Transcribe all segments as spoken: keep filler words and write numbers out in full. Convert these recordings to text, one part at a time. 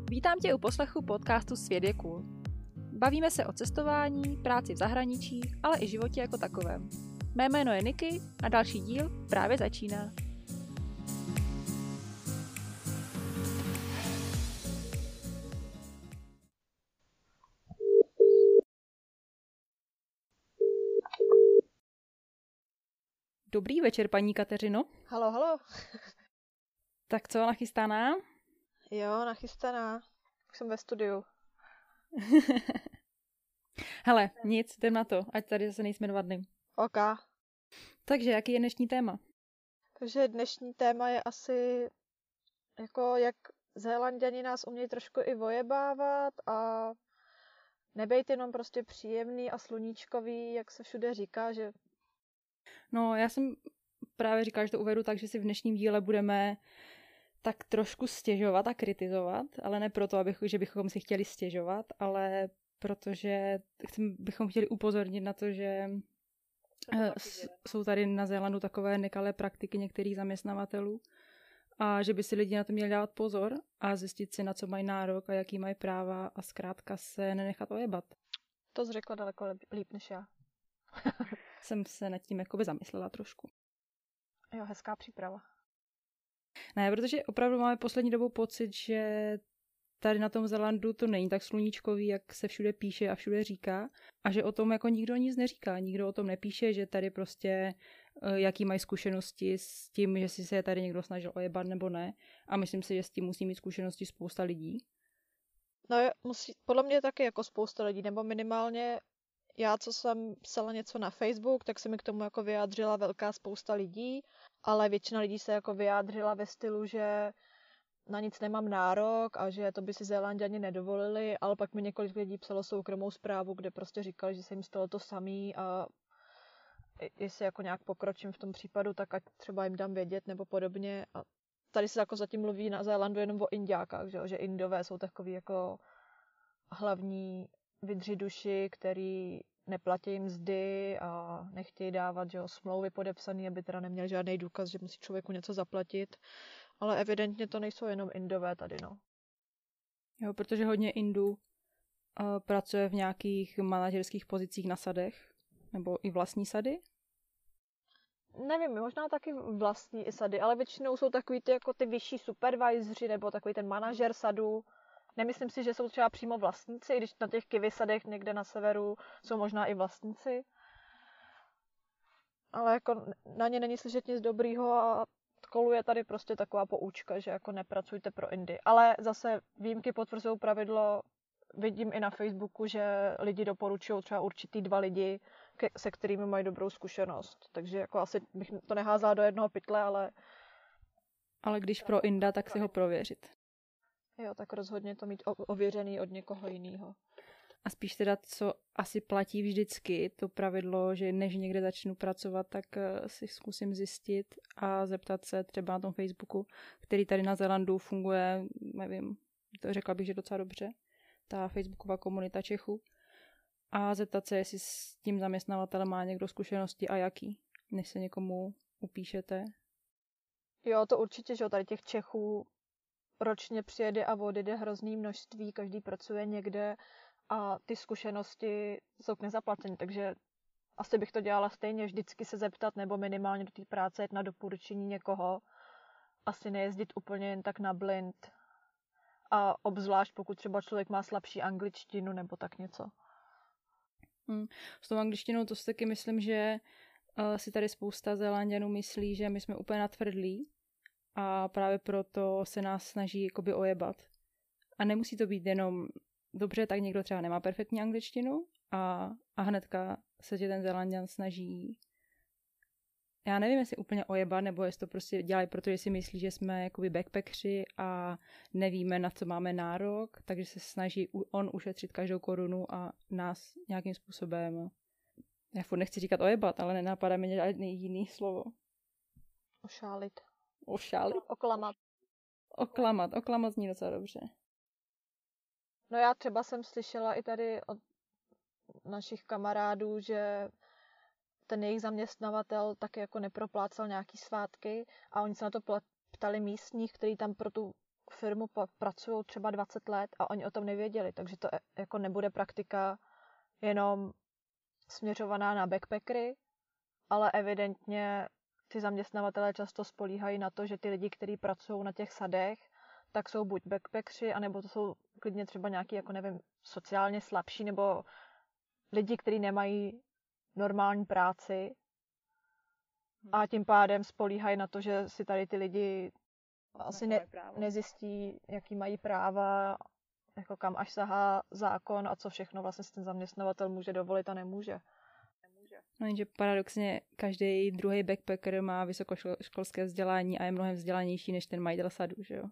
Vítám tě u poslechu podcastu Svět je cool. Bavíme se o cestování, práci v zahraničí, ale i životě jako takovém. Mé jméno je Niky a další díl právě začíná. Dobrý večer, paní Kateřino. Halo, halo. Tak co, nachystaná? Jo, nachystaná. Už jsem ve studiu. Hele, nic, jdem na to, ať tady zase nejsme dva dny. OK. Takže, jaký je dnešní téma? Takže dnešní téma je asi jako jak Zélanďani nás umějí trošku i vojebávat a nebejt jenom prostě příjemný a sluníčkový, jak se všude říká, že... No, já jsem právě říkala, že to uvedu tak, že si v dnešním díle budeme tak trošku stěžovat a kritizovat, ale ne proto, abych, že bychom si chtěli stěžovat, ale protože chcem, bychom chtěli upozornit na to, že s, jsou tady na Zélandu takové nekalé praktiky některých zaměstnavatelů a že by si lidi na to měli dávat pozor a zjistit si, na co mají nárok a jaký mají práva a zkrátka se nenechat ojebat. To jsi řekla daleko líp než já. Jsem se nad tím jakoby zamyslela trošku. Jo, hezká příprava. Ne, protože opravdu máme poslední dobou pocit, že tady na tom Zélandu to není tak sluníčkový, jak se všude píše a všude říká. A že o tom jako nikdo nic neříká. Nikdo o tom nepíše, že tady prostě jaký mají zkušenosti s tím, že si se je tady někdo snažil ojebat nebo ne. A myslím si, že s tím musí mít zkušenosti spousta lidí. No musí, podle mě taky jako spousta lidí, nebo minimálně já, co jsem psala něco na Facebook, tak se mi k tomu jako vyjádřila velká spousta lidí, ale většina lidí se jako vyjádřila ve stylu, že na nic nemám nárok a že to by si Zélanďani nedovolili, ale pak mi několik lidí psalo soukromou zprávu, kde prostě říkali, že se jim stalo to samý a jestli jako nějak pokročím v tom případu, tak ať třeba jim dám vědět nebo podobně. A tady se jako zatím mluví na Zélandu jenom o Indiákách, že, že Indové jsou takový jako hlavní vydřiduši, který neplatí mzdy a nechtějí dávat, že jo, smlouvy podepsané, aby teda neměl žádný důkaz, že musí člověku něco zaplatit. Ale evidentně to nejsou jenom Indové tady, no. Jo, protože hodně Indů uh, pracuje v nějakých manažerských pozicích na sadech, nebo i vlastní sady? Nevím, možná taky vlastní i sady, ale většinou jsou takový ty, jako ty vyšší supervisoři, nebo takový ten manažer sadu. Nemyslím si, že jsou třeba přímo vlastníci, i když na těch kiwi sadech někde na severu jsou možná i vlastníci. Ale jako na ně není slyšet nic dobrýho a koluje tady prostě taková poučka, že jako nepracujte pro Indy. Ale zase výjimky potvrzují pravidlo, vidím i na Facebooku, že lidi doporučují třeba určitý dva lidi, ke, se kterými mají dobrou zkušenost. Takže jako asi bych to neházala do jednoho pytle, ale... Ale když pro Inda, tak si ho prověřit. Jo, tak rozhodně to mít ověřený od někoho jiného. A spíš teda, co asi platí vždycky, to pravidlo, že než někde začnu pracovat, tak si zkusím zjistit a zeptat se třeba na tom Facebooku, který tady na Zélandu funguje, nevím, to řekla bych, že docela dobře, ta facebooková komunita Čechů, a zeptat se, jestli s tím zaměstnavatelem má někdo zkušenosti a jaký, než se někomu upíšete. Jo, to určitě, že tady těch Čechů ročně přijede a odjede hrozný množství, každý pracuje někde a ty zkušenosti jsou k nezaplacení, takže asi bych to dělala stejně, vždycky se zeptat nebo minimálně do té práce jet na doporučení někoho. Asi nejezdit úplně jen tak na blind. A obzvlášť pokud třeba člověk má slabší angličtinu nebo tak něco. Hmm. S tou angličtinou to si taky myslím, že uh, si tady spousta Zélanďanů myslí, že my jsme úplně natvrdlí a právě proto se nás snaží jakoby ojebat. A nemusí to být jenom dobře, tak někdo třeba nemá perfektní angličtinu a, a hnedka se tě ten Zélanďan snaží, já nevím, jestli úplně ojebat, nebo jestli to prostě dělají, protože si myslí, že jsme jakoby backpackři a nevíme, na co máme nárok, takže se snaží on ušetřit každou korunu a nás nějakým způsobem, já furt nechci říkat ojebat, ale nenapadá mi žádný jiný slovo. Ošálit. Ošálit? Oklamat. Oklamat, oklamat zní docela dobře. No já třeba jsem slyšela i tady od našich kamarádů, že ten jejich zaměstnavatel taky jako neproplácel nějaký svátky a oni se na to ptali místních, kteří tam pro tu firmu pracují třeba dvacet let a oni o tom nevěděli, takže to jako nebude praktika jenom směřovaná na backpackery, ale evidentně ty zaměstnavatelé často spolíhají na to, že ty lidi, kteří pracují na těch sadech, tak jsou buď backpackři, anebo to jsou klidně třeba nějaký, jako nevím, sociálně slabší, nebo lidi, kteří nemají normální práci a tím pádem spolíhají na to, že si tady ty lidi asi ne, nezjistí, jaký mají práva, jako kam až sahá zákon a co všechno vlastně si ten zaměstnavatel může dovolit a nemůže. No jenže paradoxně každý druhý backpacker má vysokoškolské vzdělání a je mnohem vzdělanější než ten majitel sadu, že jo?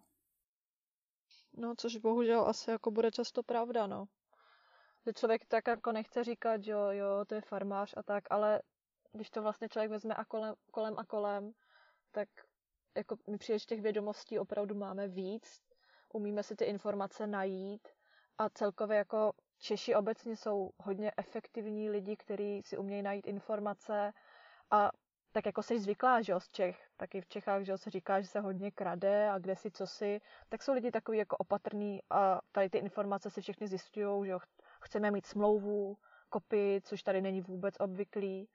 No, což bohužel asi jako bude často pravda, no. Že člověk tak jako nechce říkat, že jo, jo, to je farmář a tak, ale když to vlastně člověk vezme a kolem, kolem a kolem, tak jako my přijde, že těch vědomostí opravdu máme víc, umíme si ty informace najít a celkově jako Češi obecně jsou hodně efektivní lidi, kteří si umějí najít informace a tak jako jsi zvyklá, že jo, z Čech, taky v Čechách, že jo, se říká, že se hodně krade a kde si, co si, tak jsou lidi takový jako opatrný a tady ty informace si všechny zjišťují, že jo, chceme mít smlouvu, kopii, což tady není vůbec obvyklý.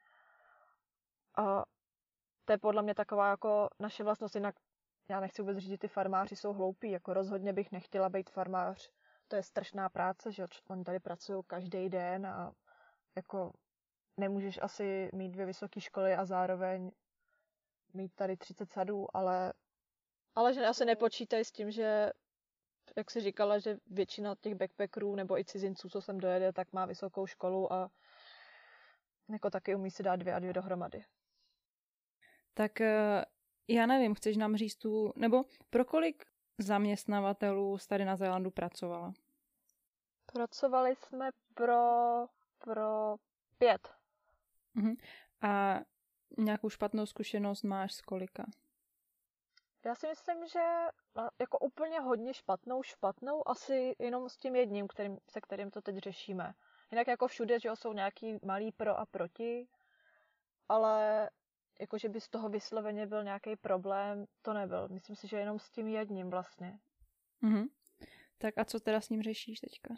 A to je podle mě taková jako naše vlastnost, jinak já nechci vůbec říct, že ty farmáři jsou hloupí, jako rozhodně bych nechtěla být farmář. To je strašná práce, že oni tady pracují každý den a jako nemůžeš asi mít dvě vysoké školy a zároveň mít tady třicet sadů, ale, ale že asi nepočítají s tím, že jak jsi říkala, že většina těch backpackerů nebo i cizinců, co sem dojede, tak má vysokou školu a jako taky umí si dát dvě a dvě dohromady. Tak já nevím, chceš nám říct tu, nebo pro kolik zaměstnavatelů jsi tady na Zélandu pracovala? Pracovali jsme pro, pro pět. Uh-huh. A nějakou špatnou zkušenost máš z kolika? Já si myslím, že jako úplně hodně špatnou, špatnou asi jenom s tím jedním, kterým, se kterým to teď řešíme. Jinak jako všude, že jsou nějaký malý pro a proti, ale jako, že by z toho vysloveně byl nějaký problém, to nebyl. Myslím si, že jenom s tím jedním vlastně. Uh-huh. Tak a co teda s ním řešíš teďka?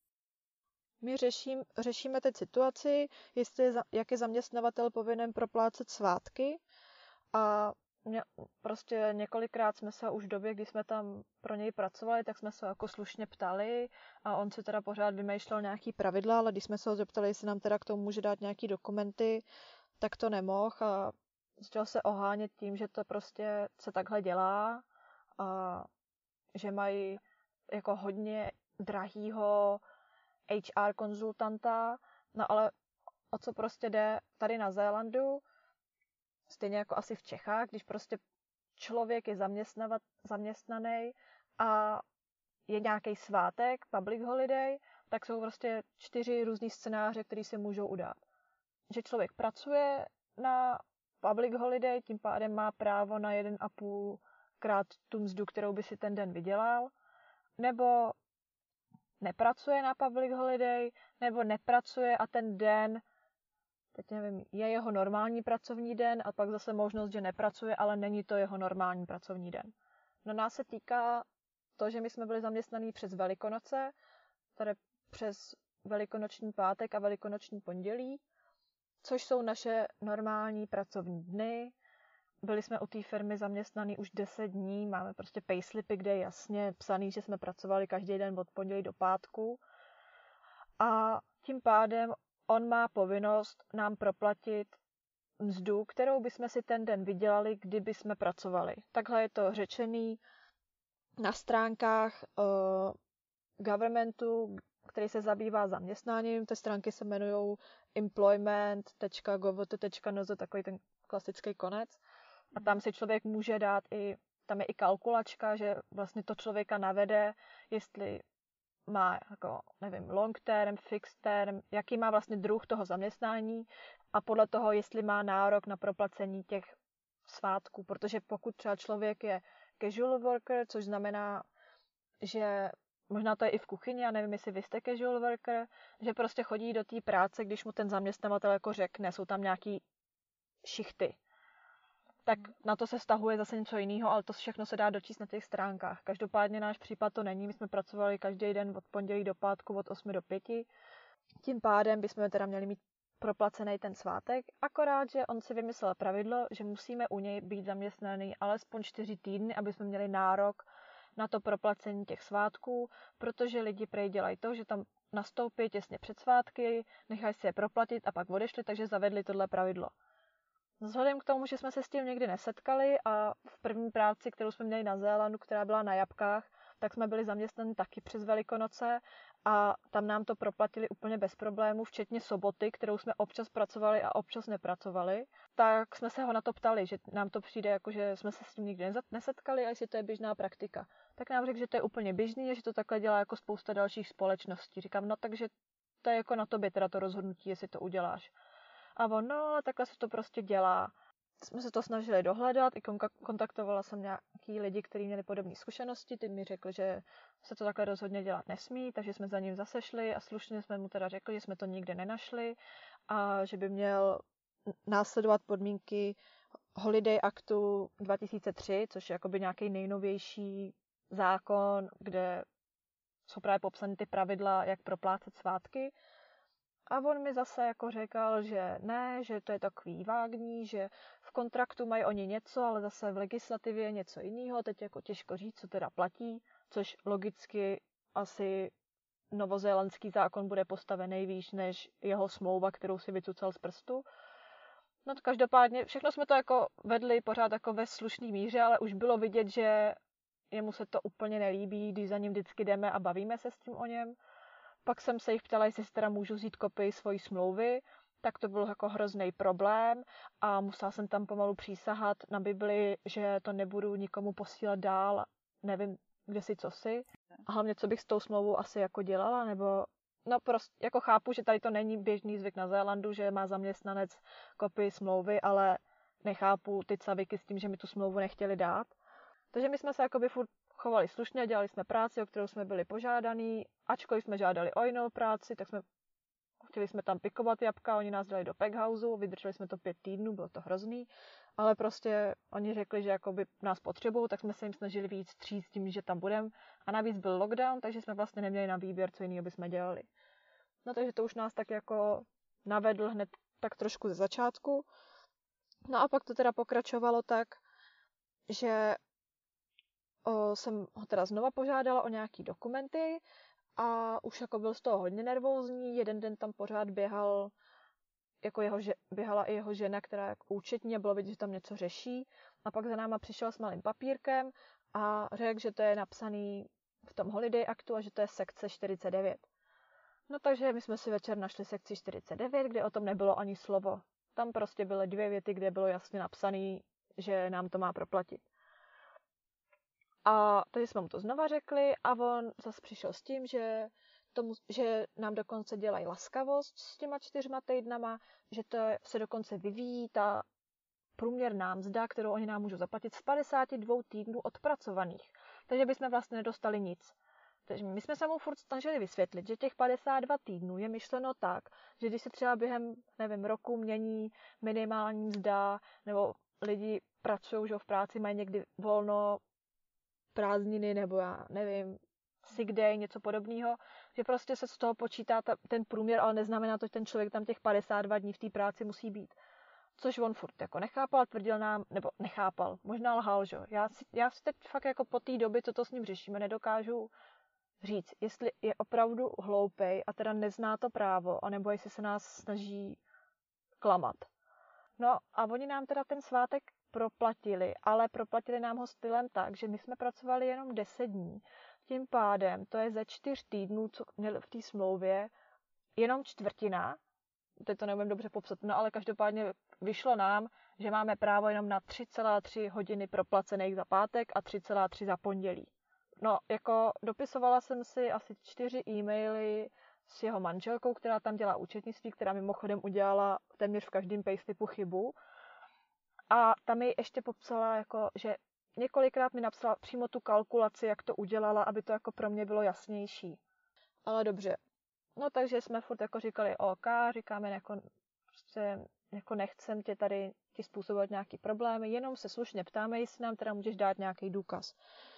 My řeším, řešíme teď situaci, jestli je, jak je zaměstnavatel povinen proplácet svátky a mě, prostě několikrát jsme se už v době, kdy jsme tam pro něj pracovali, tak jsme se jako slušně ptali a on si teda pořád vymýšlel nějaký pravidla, ale když jsme se ho zeptali, jestli nám teda k tomu může dát nějaký dokumenty, tak to nemohl a začal se ohánět tím, že to prostě se takhle dělá a že mají jako hodně drahýho há er konzultanta, no ale o co prostě jde tady na Zélandu, stejně jako asi v Čechách, když prostě člověk je zaměstnaný a je nějaký svátek, public holiday, tak jsou prostě čtyři různý scénáře, které se můžou udát. Že člověk pracuje na public holiday, tím pádem má právo na jeden a půl krát tu mzdu, kterou by si ten den vydělal, nebo nepracuje na public holiday, nebo nepracuje a ten den, teď nevím, je jeho normální pracovní den a pak zase možnost, že nepracuje, ale není to jeho normální pracovní den. No nás se týká to, že my jsme byli zaměstnaní přes Velikonoce, tedy přes Velikonoční pátek a Velikonoční pondělí, což jsou naše normální pracovní dny. Byli jsme u té firmy zaměstnaný už deset dní, máme prostě payslipy, kde je jasně psaný, že jsme pracovali každý den od pondělí do pátku. A tím pádem on má povinnost nám proplatit mzdu, kterou bychom si ten den vydělali, kdyby jsme pracovali. Takhle je to řečený na stránkách uh, governmentu, který se zabývá zaměstnáním. Ty stránky se jmenují employment tečka gov tečka en zet, takový ten klasický konec. A tam si člověk může dát i, tam je i kalkulačka, že vlastně to člověka navede, jestli má, jako, nevím, long term, fixed term, jaký má vlastně druh toho zaměstnání a podle toho, jestli má nárok na proplacení těch svátků, protože pokud třeba člověk je casual worker, což znamená, že možná to je i v kuchyni, já nevím, jestli vy jste casual worker, že prostě chodí do té práce, když mu ten zaměstnavatel jako řekne, jsou tam nějaký šichty. tak na to se stahuje zase něco jiného, ale to všechno se dá dočíst na těch stránkách. Každopádně náš případ to není, my jsme pracovali každý den od pondělí do pátku od osmi do pěti. Tím pádem bychom teda měli mít proplacený ten svátek, akorát, že on si vymyslel pravidlo, že musíme u něj být zaměstnaný alespoň čtyři týdny, aby jsme měli nárok na to proplacení těch svátků, protože lidi prej dělají to, že tam nastoupí těsně před svátky, nechají si je proplatit a pak odešli, takže zavedli tohle pravidlo. Vzhledem k tomu, že jsme se s tím někdy nesetkali a v první práci, kterou jsme měli na Zélandu, která byla na jablkách, tak jsme byli zaměstnaní taky přes Velikonoce a tam nám to proplatili úplně bez problémů, včetně soboty, kterou jsme občas pracovali a občas nepracovali. Tak jsme se ho na to ptali, že nám to přijde jako, že jsme se s tím nikdy nesetkali a jestli to je běžná praktika. Tak nám řekl, že to je úplně běžný a že to takhle dělá jako spousta dalších společností. Říkám, no takže to je jako na tobě teda to rozhodnutí, jestli to uděláš. A on, no, ale takhle se to prostě dělá. Jsme se to snažili dohledat, i kontaktovala jsem nějaký lidi, kteří měli podobné zkušenosti, ty mi řekli, že se to takhle rozhodně dělat nesmí, takže jsme za ním zase šli a slušně jsme mu teda řekli, že jsme to nikde nenašli a že by měl následovat podmínky Holiday Actu dva tisíce tři, což je jakoby nějaký nejnovější zákon, kde jsou právě popsány ty pravidla, jak proplácet svátky. A on mi zase jako řekl, že ne, že to je takový vágní, že v kontraktu mají oni něco, ale zase v legislativě něco jiného. Teď jako těžko říct, co teda platí, což logicky asi novozélandský zákon bude postavený výš než jeho smlouva, kterou si vycucal z prstu. No to každopádně, všechno jsme to jako vedli pořád jako ve slušný míře, ale už bylo vidět, že jemu se to úplně nelíbí, když za ním vždycky jdeme a bavíme se s tím o něm. Pak jsem se jich ptala, jestli si teda můžu vzít kopii svojí smlouvy, tak to byl jako hrozný problém a musela jsem tam pomalu přísahat na Bibli, že to nebudu nikomu posílat dál, nevím, kde si, co si. A hlavně, co bych s tou smlouvou asi jako dělala, nebo no prostě jako chápu, že tady to není běžný zvyk na Zélandu, že má zaměstnanec kopii smlouvy, ale nechápu ty caviky s tím, že mi tu smlouvu nechtěli dát. Takže my jsme se jakoby furt chovali slušně, dělali jsme práci, o kterou jsme byli požádaný, ačkoliv jsme žádali o jinou práci, tak jsme chtěli jsme tam pikovat jabka, oni nás dali do packhouse, vydrželi jsme to pět týdnů, bylo to hrozný, ale prostě oni řekli, že jakoby nás potřebují, tak jsme se jim snažili víc stříct tím, že tam budeme. A navíc byl lockdown, takže jsme vlastně neměli na výběr, co jiného bychom dělali. No takže to už nás tak jako navedl hned tak trošku ze začátku. No a pak to teda pokračovalo tak, že o, jsem ho teda znova požádala o nějaký dokumenty a už jako byl z toho hodně nervózní. Jeden den tam pořád běhal, jako jeho, běhala i jeho žena, která jako účetní a bylo vidět, že tam něco řeší. A pak za náma přišel s malým papírkem a řekl, že to je napsaný v tom Holiday Actu a že to je sekce čtyřicet devět. No takže my jsme si večer našli sekci čtyřicet devět, kde o tom nebylo ani slovo. Tam prostě byly dvě věty, kde bylo jasně napsané, že nám to má proplatit. A takže jsme mu to znova řekli a on zase přišel s tím, že, tomu, že nám dokonce dělají laskavost s těma čtyřma týdnama, že to se dokonce vyvíjí ta průměrná mzda, kterou oni nám můžou zaplatit z padesáti dvou týdnů odpracovaných. Takže bychom vlastně nedostali nic. Takže my jsme se mu furt snažili vysvětlit, že těch padesát dva týdnů je myšleno tak, že když se třeba během, nevím, roku mění minimální mzda, nebo lidi pracují, že v práci mají někdy volno, prázdniny, nebo já nevím, sick day, něco podobného, že prostě se z toho počítá ta, ten průměr, ale neznamená to, že ten člověk tam těch padesát dva dní v té práci musí být. Což on furt jako nechápal, tvrdil nám, nebo nechápal, možná lhal, že já si, já si teď fakt jako po té době, co to s ním řešíme, nedokážu říct, jestli je opravdu hloupej a teda nezná to právo, anebo jestli se nás snaží klamat. No a oni nám teda ten svátek proplatili, ale proplatili nám ho stylem tak, že my jsme pracovali jenom deset dní. Tím pádem to je ze čtyř týdnů, co měli v té smlouvě, jenom čtvrtina, teď to neumím dobře popsat, no ale každopádně vyšlo nám, že máme právo jenom na tři celé tři hodiny proplacených za pátek a tři celé tři za pondělí. No, jako dopisovala jsem si asi čtyři e-maily s jeho manželkou, která tam dělá účetnictví, která mimochodem udělala téměř v každém payslipu chybu. A tam mi ještě popsala, jako, že několikrát mi napsala přímo tu kalkulaci, jak to udělala, aby to jako pro mě bylo jasnější. Ale dobře. No takže jsme furt jako říkali OK, říkáme jako prostě jako nechcem tě tady ti způsobovat nějaký problémy, jenom se slušně ptáme, jestli nám teda můžeš dát nějaký důkaz.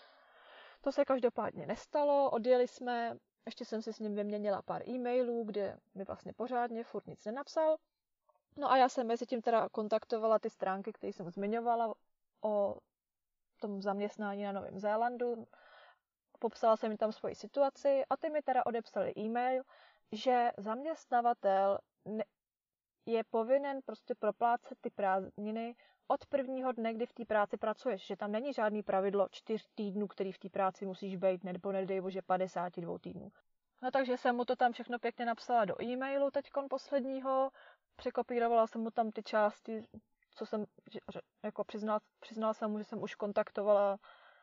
To se každopádně nestalo, odjeli jsme, ještě jsem si s ním vyměnila pár e-mailů, kde mi vlastně pořádně furt nic nenapsal. No a já jsem mezi tím teda kontaktovala ty stránky, které jsem zmiňovala o tom zaměstnání na Novém Zélandu. Popsala jsem mi tam svoji situaci a ty mi teda odepsali e-mail, že zaměstnavatel je povinen prostě proplácet ty prázdniny od prvního dne, kdy v té práci pracuješ. Že tam není žádný pravidlo čtyř týdnů, který v té práci musíš být, nebo nedej bože padesát dva týdnů. No takže jsem mu to tam všechno pěkně napsala do e-mailu teďkon posledního, překopírovala jsem mu tam ty části, co jsem, jako přiznala, přiznala jsem mu, že jsem už kontaktovala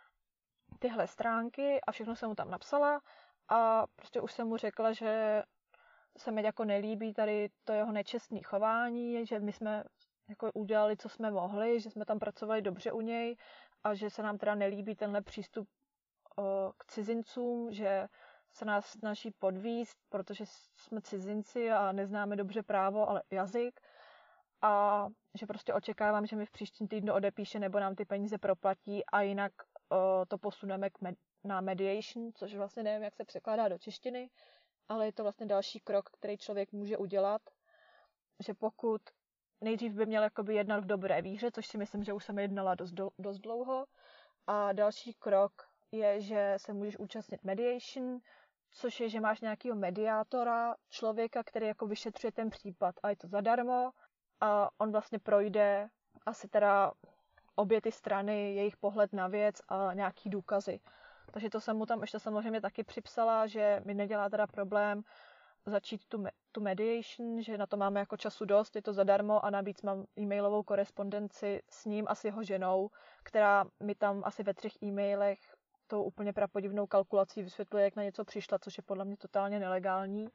tyhle stránky a všechno jsem mu tam napsala a prostě už jsem mu řekla, že se mi jako nelíbí tady to jeho nečestné chování, že my jsme jako udělali, co jsme mohli, že jsme tam pracovali dobře u něj a že se nám teda nelíbí tenhle přístup o, k cizincům, že se nás snaží podvízt, protože jsme cizinci a neznáme dobře právo, ale jazyk. A že prostě očekávám, že mi v příštím týdnu odepíše nebo nám ty peníze proplatí a jinak o, to posuneme k med- na mediation, což vlastně nevím, jak se překládá do češtiny, ale je to vlastně další krok, který člověk může udělat, že pokud nejdřív by měl jakoby jednat v dobré víře, což si myslím, že už jsem jednala dost, dost dlouho, a další krok je, že se můžeš účastnit mediation, což je, že máš nějakého mediátora, člověka, který jako vyšetřuje ten případ a je to zadarmo a on vlastně projde asi teda obě ty strany, jejich pohled na věc a nějaký důkazy. Takže to jsem mu tam ještě samozřejmě taky připsala, že mi nedělá teda problém začít tu, tu mediation, že na to máme jako času dost, je to zadarmo a navíc mám e-mailovou korespondenci s ním a s jeho ženou, která mi tam asi ve třech e-mailech tou úplně prapodivnou kalkulací vysvětluje, jak na něco přišla, což je podle mě totálně nelegální.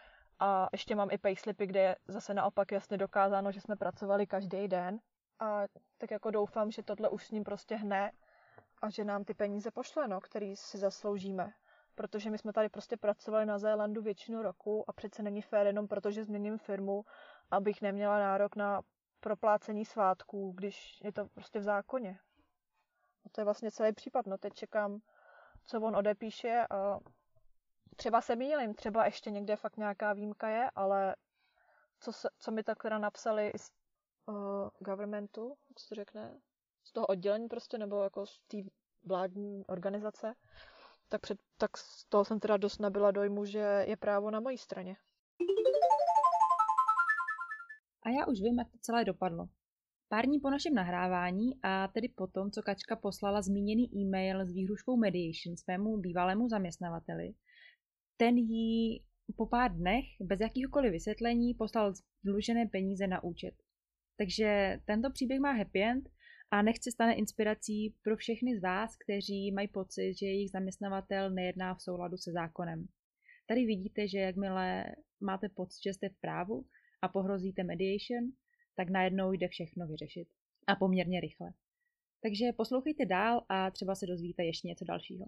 A ještě mám i payslipy, kde je zase naopak jasně dokázáno, že jsme pracovali každý den. A tak jako doufám, že tohle už s ním prostě hne a že nám ty peníze pošle, no, který si zasloužíme. Protože my jsme tady prostě pracovali na Zélandu většinu roku a přece není fér jenom protože změním firmu, abych neměla nárok na proplácení svátků, když je to prostě v zákoně. No to je vlastně celý případ. No teď čekám, co on odepíše a třeba se mýlím, třeba ještě někde fakt nějaká výjimka je, ale co, se, co mi tak teda napsali z uh, governmentu, jak se to řekne, z toho oddělení prostě, nebo jako z té vládní organizace, tak, před, tak z toho jsem teda dost nabyla dojmu, že je právo na mojí straně. A já už vím, jak to celé dopadlo. Pár dní po našem nahrávání a tedy po tom, co Kačka poslala zmíněný e-mail s výhruškou mediation svému bývalému zaměstnavateli, ten jí po pár dnech bez jakýhokoliv vysvětlení poslal dlužené peníze na účet. Takže tento příběh má happy end a nechť se stane inspirací pro všechny z vás, kteří mají pocit, že jejich zaměstnavatel nejedná v souladu se zákonem. Tady vidíte, že jakmile máte pocit, že jste v právu a pohrozíte mediation, tak najednou jde všechno vyřešit. A poměrně rychle. Takže poslouchejte dál a třeba se dozvíte ještě něco dalšího.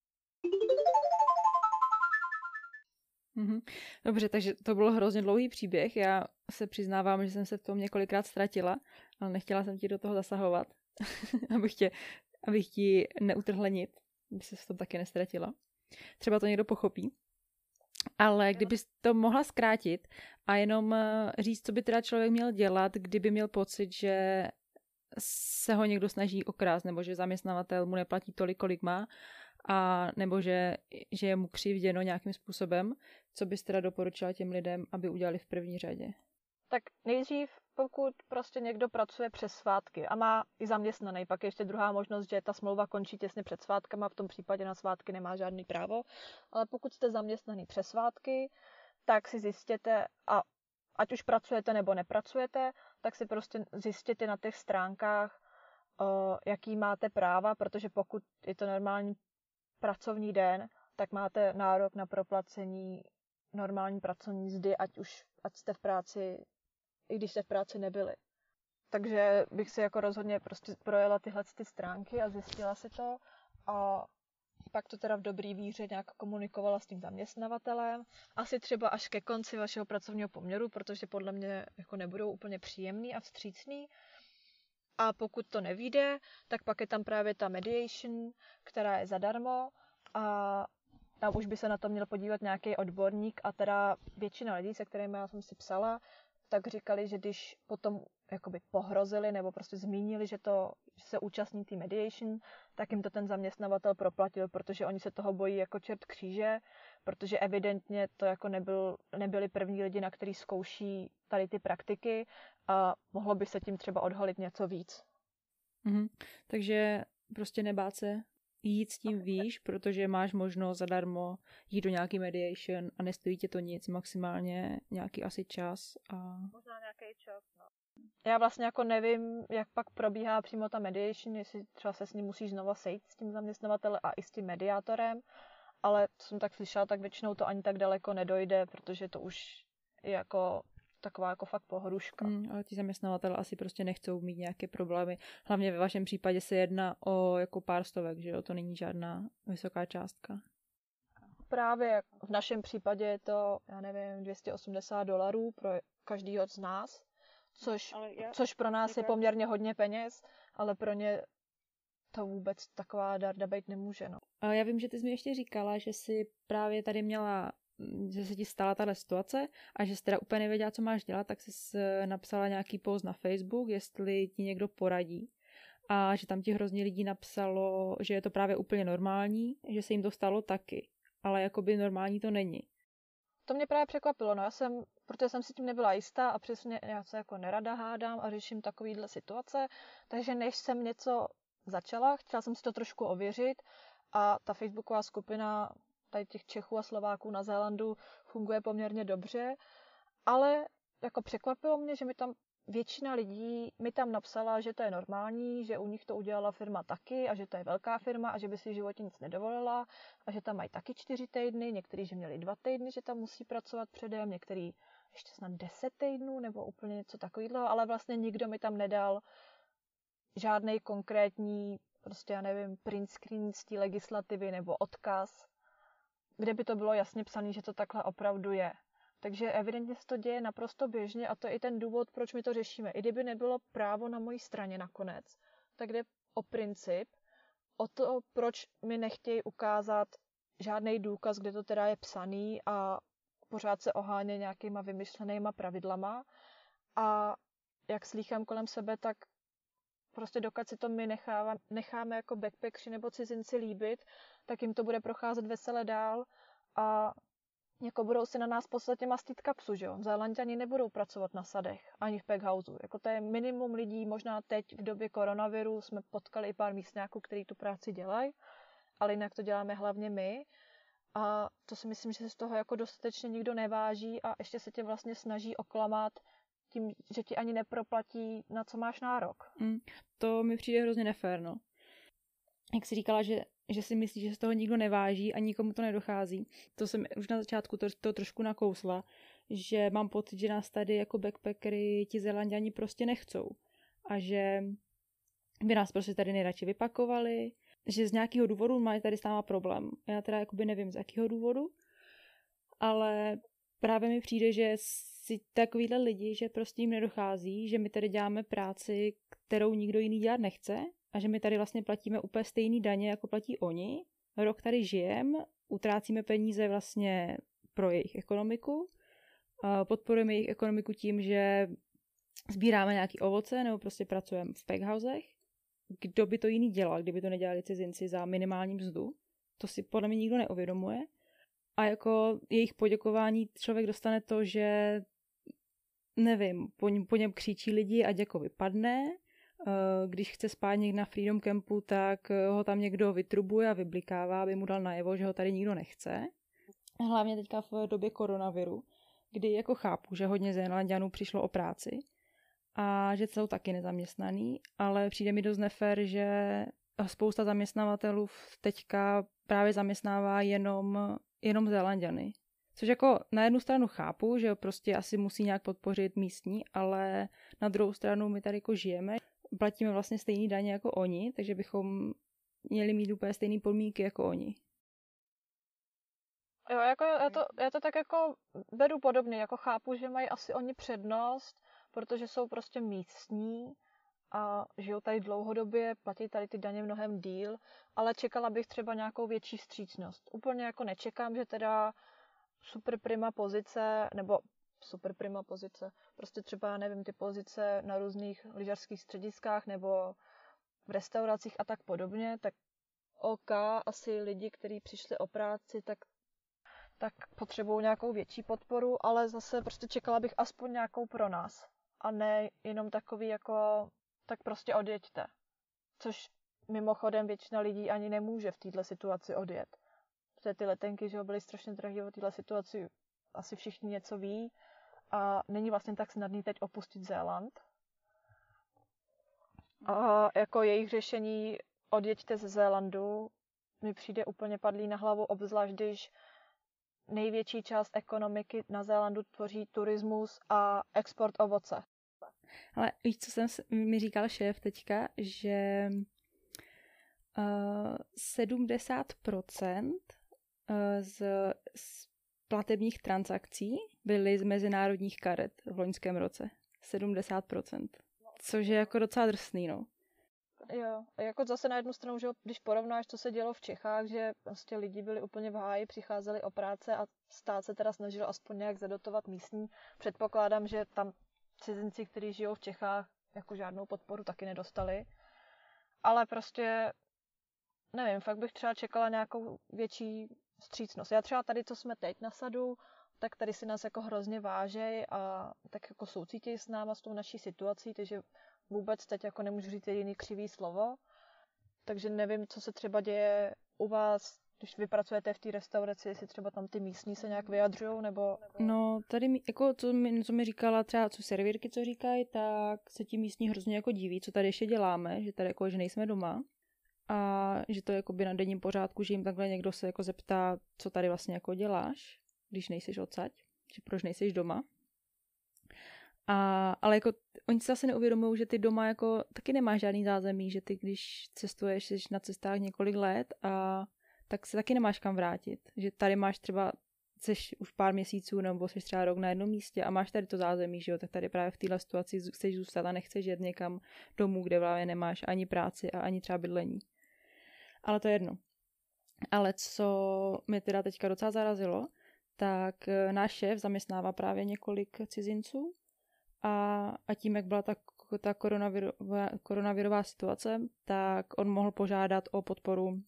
Mhm. Dobře, takže to byl hrozně dlouhý příběh. Já se přiznávám, že jsem se v tom několikrát ztratila, ale nechtěla jsem ti do toho zasahovat, abych tě, abych ti neutrhlenit, aby se v tom taky nestratila. Třeba to někdo pochopí. Ale kdybys to mohla zkrátit a jenom říct, co by teda člověk měl dělat, kdyby měl pocit, že se ho někdo snaží okrást, nebo že zaměstnavatel mu neplatí tolik, kolik má, a nebo že, že je mu křivděno nějakým způsobem, co bys teda doporučila těm lidem, aby udělali v první řadě? Tak nejdřív, pokud prostě někdo pracuje přes svátky a má i zaměstnaný, pak je ještě druhá možnost, že ta smlouva končí těsně před svátkama, v tom případě na svátky nemá žádný právo, ale pokud jste zaměstnaný přes svátky, tak si zjistěte, a ať už pracujete nebo nepracujete, tak si prostě zjistěte na těch stránkách, jaký máte práva, protože pokud je to normální pracovní den, tak máte nárok na proplacení normální pracovní mzdy, ať už ať jste v práci, i když jste v práci nebyli. Takže bych si jako rozhodně prostě projela tyhle ty stránky a zjistila si to. A pak to teda v dobrý víře nějak komunikovala s tím zaměstnavatelem. Asi třeba až ke konci vašeho pracovního poměru, protože podle mě jako nebudou úplně příjemný a vstřícný. A pokud to nevyjde, tak pak je tam právě ta mediation, která je zadarmo a tam už by se na to měl podívat nějaký odborník a teda většina lidí, se kterými já jsem si psala, tak říkali, že když potom jakoby pohrozili nebo prostě zmínili, že, to, že se účastní té mediation, tak jim to ten zaměstnavatel proplatil, protože oni se toho bojí jako čert kříže, protože evidentně to jako nebyl, nebyli první lidi, na který zkouší tady ty praktiky a mohlo by se tím třeba odhalit něco víc. Mhm. Takže prostě nebát se jít s tím výš, protože máš možnost zadarmo jít do nějaký mediation a nestojí tě to nic, maximálně nějaký asi čas. A... Možná nějaký čas, no. Já vlastně jako nevím, jak pak probíhá přímo ta mediation, jestli třeba se s ním musíš znova sejít s tím zaměstnavatelem a i s tím mediátorem, ale co jsem tak slyšela, tak většinou to ani tak daleko nedojde, protože to už je jako taková jako fakt pohruška. Mm, ale ti zaměstnavatelé asi prostě nechcou mít nějaké problémy. Hlavně ve vašem případě se jedná o jako pár stovek, že jo? To není žádná vysoká částka. Právě v našem případě je to, já nevím, dvě stě osmdesát dolarů pro každýho z nás, což, já, což pro nás je poměrně hodně peněz, ale pro ně to vůbec taková darda být nemůže. No. A já vím, že ty jsi mi ještě říkala, že jsi právě tady měla, že se ti stala tahle situace a že jsi teda úplně nevěděla, co máš dělat, tak jsi napsala nějaký post na Facebook, jestli ti někdo poradí. A že tam ti hrozně lidí napsalo, že je to právě úplně normální, že se jim to stalo taky. Ale jakoby normální to není. To mě právě překvapilo, no já jsem, protože jsem si tím nebyla jistá a přesně já se jako nerada hádám a řeším takovýhle situace, takže než jsem něco začala, chtěla jsem si to trošku ověřit a ta facebooková skupina tady těch Čechů a Slováků na Zélandu funguje poměrně dobře, ale jako překvapilo mě, že mi tam většina lidí mi tam napsala, že to je normální, že u nich to udělala firma taky a že to je velká firma a že by si v životě nic nedovolila a že tam mají taky čtyři týdny, někteří, že měli dva týdny, že tam musí pracovat předem, někteří ještě snad deset týdnů nebo úplně něco takového, ale vlastně nikdo mi tam nedal žádný konkrétní, prostě já nevím, print screen z té legislativy nebo odkaz, kde by to bylo jasně psané, že to takhle opravdu je. Takže evidentně se to děje naprosto běžně a to je i ten důvod, proč my to řešíme. I kdyby nebylo právo na mojí straně nakonec, tak jde o princip, o to, proč mi nechtějí ukázat žádný důkaz, kde to teda je psaný a pořád se oháně nějakýma vymyšlenýma pravidlama. A jak slýchám kolem sebe, tak prostě dokud si to my necháva, necháme jako backpackři nebo cizinci líbit, tak jim to bude procházet vesele dál a jako budou si na nás poslat mastit kapsu, že jo? Zélanďani nebudou pracovat na sadech, ani v packhouseu. Jako to je minimum lidí, možná teď v době koronaviru jsme potkali i pár místňáků, kteří tu práci dělají, ale jinak to děláme hlavně my. A to si myslím, že se z toho jako dostatečně nikdo neváží a ještě se tě vlastně snaží oklamat tím, že ti ani neproplatí, na co máš nárok. Mm, to mi přijde hrozně nefér, no. Jak jsi říkala, že, že si myslíš, že z toho nikdo neváží a nikomu to nedochází. To jsem už na začátku to, to trošku nakousla, že mám pocit, že nás tady jako backpackery ti Zélanďani prostě nechcou. A že by nás prostě tady nejradši vypakovali, že z nějakého důvodu mají tady s náma problém. Já teda jakoby nevím z jakého důvodu, ale právě mi přijde, že si takovýhle lidi, že prostě jim nedochází, že my tady děláme práci, kterou nikdo jiný dělat nechce a že my tady vlastně platíme úplně stejný daně, jako platí oni. Rok tady žijeme, utrácíme peníze vlastně pro jejich ekonomiku, podporujeme jejich ekonomiku tím, že sbíráme nějaký ovoce nebo prostě pracujeme v packhousech. Kdo by to jiný dělal, kdyby to nedělali cizinci za minimální mzdu? To si podle mě nikdo neuvědomuje. A jako jejich poděkování člověk dostane to, že nevím, po něm, po něm křičí lidi, ať jako vypadne. Když chce spát někde na Freedom Campu, tak ho tam někdo vytrubuje a vyblikává, aby mu dal najevo, že ho tady nikdo nechce. Hlavně teďka v době koronaviru, kdy jako chápu, že hodně Zélanďanů přišlo o práci a že jsou taky nezaměstnaný, ale přijde mi dost nefér, že spousta zaměstnavatelů teďka právě zaměstnává jenom, jenom Zélanďany. Což jako na jednu stranu chápu, že prostě asi musí nějak podpořit místní, ale na druhou stranu my tady jako žijeme, platíme vlastně stejný daně jako oni, takže bychom měli mít úplně stejné podmínky jako oni. Jo, jako já to, já to tak jako beru podobně, jako chápu, že mají asi oni přednost, protože jsou prostě místní a žijou tady dlouhodobě, platí tady ty daně mnohem díl, ale čekala bych třeba nějakou větší vstřícnost. Úplně jako nečekám, že teda super prima pozice, nebo super prima pozice, prostě třeba, já nevím, ty pozice na různých lyžařských střediskách nebo v restauracích a tak podobně, tak OK, asi lidi, kteří přišli o práci, tak tak potřebují nějakou větší podporu, ale zase prostě čekala bych aspoň nějakou pro nás. A ne jenom takový jako, tak prostě odjeďte. Což mimochodem většina lidí ani nemůže v této situaci odjet. Protože ty letenky, že byly strašně drahé v této situaci, asi všichni něco ví. A není vlastně tak snadný teď opustit Zéland. A jako jejich řešení odjeďte ze Zélandu mi přijde úplně padlý na hlavu, obzvlášť když největší část ekonomiky na Zélandu tvoří turismus a export ovoce. Ale víš, co jsem mi říkal šéf teďka, že uh, sedmdesát procent z, z platebních transakcí byly z mezinárodních karet v loňském roce. sedmdesát procent. Což je jako docela drsný, no. Jo, a jako zase na jednu stranu, že když porovnáš, co se dělo v Čechách, že prostě lidi byli úplně v háji, přicházeli o práce a stát se teda snažil aspoň nějak zadotovat místní. Předpokládám, že tam cizinci, kteří žijou v Čechách, jako žádnou podporu taky nedostali. Ale prostě, nevím, fakt bych třeba čekala nějakou větší vstřícnost. Já třeba tady, co jsme teď na Sadu, tak tady si nás jako hrozně vážej a tak jako soucítějí s náma s tou naší situací, takže vůbec teď jako nemůžu říct jediný křivý slovo. Takže nevím, co se třeba děje u vás, když vy pracujete v té restauraci, jestli třeba tam ty místní se nějak vyjadřují, nebo... No, tady mi, jako, co mi, co mi říkala třeba, co servírky, co říkají, tak se ti místní hrozně jako diví, co tady ještě děláme, že tady jako, že nejsme doma a že to je jako by na denním pořádku, že jim takhle někdo se jako zeptá, co tady vlastně jako děláš, když nejseš odsaď, že proč nejseš doma. A, ale jako oni si zase neuvědomují, že ty doma jako taky nemáš žádný zázemí, že ty když cestuješ, jsi na cestách několik let a tak se taky nemáš kam vrátit. Že tady máš třeba, jsi už pár měsíců nebo jsi třeba rok na jednom místě a máš tady to zázemí, že jo, tak tady právě v téhle situaci chceš zůstat a nechceš jet někam domů, kde právě nemáš ani práci a ani třeba bydlení. Ale to je jedno. Ale co mě teda teďka docela zarazilo, tak náš šéf zaměstnává právě několik cizinců a, a tím, jak byla ta, ta koronavirová, koronavirová situace, tak on mohl požádat o podporu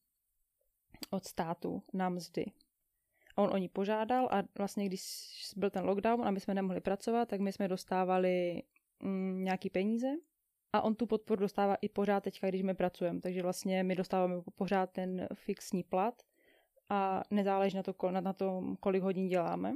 od státu na mzdy. A on o ní požádal a vlastně, když byl ten lockdown a my jsme nemohli pracovat, tak my jsme dostávali mm, nějaký peníze a on tu podporu dostává i pořád teďka, když my pracujeme. Takže vlastně my dostáváme pořád ten fixní plat a nezáleží na, to, na, na tom, kolik hodin děláme.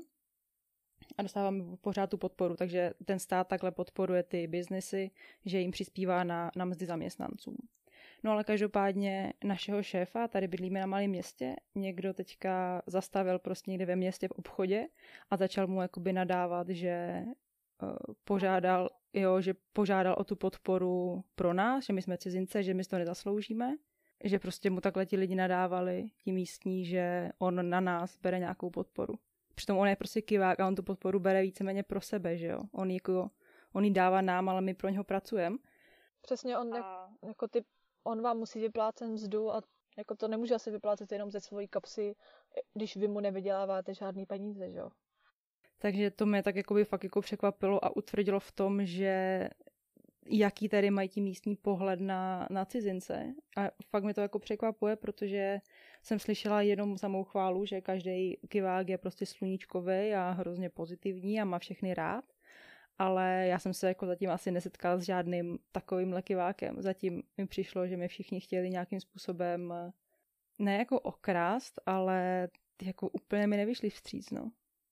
A dostáváme pořád tu podporu, takže ten stát takhle podporuje ty biznesy, že jim přispívá na, na mzdy zaměstnancům. No ale každopádně našeho šéfa, tady bydlíme na malém městě, někdo teďka zastavil prostě někde ve městě v obchodě a začal mu jakoby nadávat, že uh, požádal, jo, že požádal o tu podporu pro nás, že my jsme cizince, že my to nezasloužíme, že prostě mu takhle ti lidi nadávali, ti místní, že on na nás bere nějakou podporu. Přitom on je prostě kivák a on tu podporu bere víceméně pro sebe, že jo. On, jako, on ji dává nám, ale my pro něho pracujeme. Přesně, on, a... jako ty, on vám musí vyplácet mzdu a jako to nemůže asi vyplácet jenom ze svojí kapsy, když vy mu nevyděláváte žádný peníze, že jo. Takže to mě tak jakoby fakt jako překvapilo a utvrdilo v tom, že jaký tady mají ti místní pohled na, na cizince. A fakt mi to jako překvapuje, protože jsem slyšela jenom samou chválu, že každý kivák je prostě sluníčkový a hrozně pozitivní a má všechny rád. Ale já jsem se jako zatím asi nesetkala s žádným takovým kivákem. Zatím mi přišlo, že mi všichni chtěli nějakým způsobem ne jako okrást, ale jako úplně mi nevyšli vstříc, no.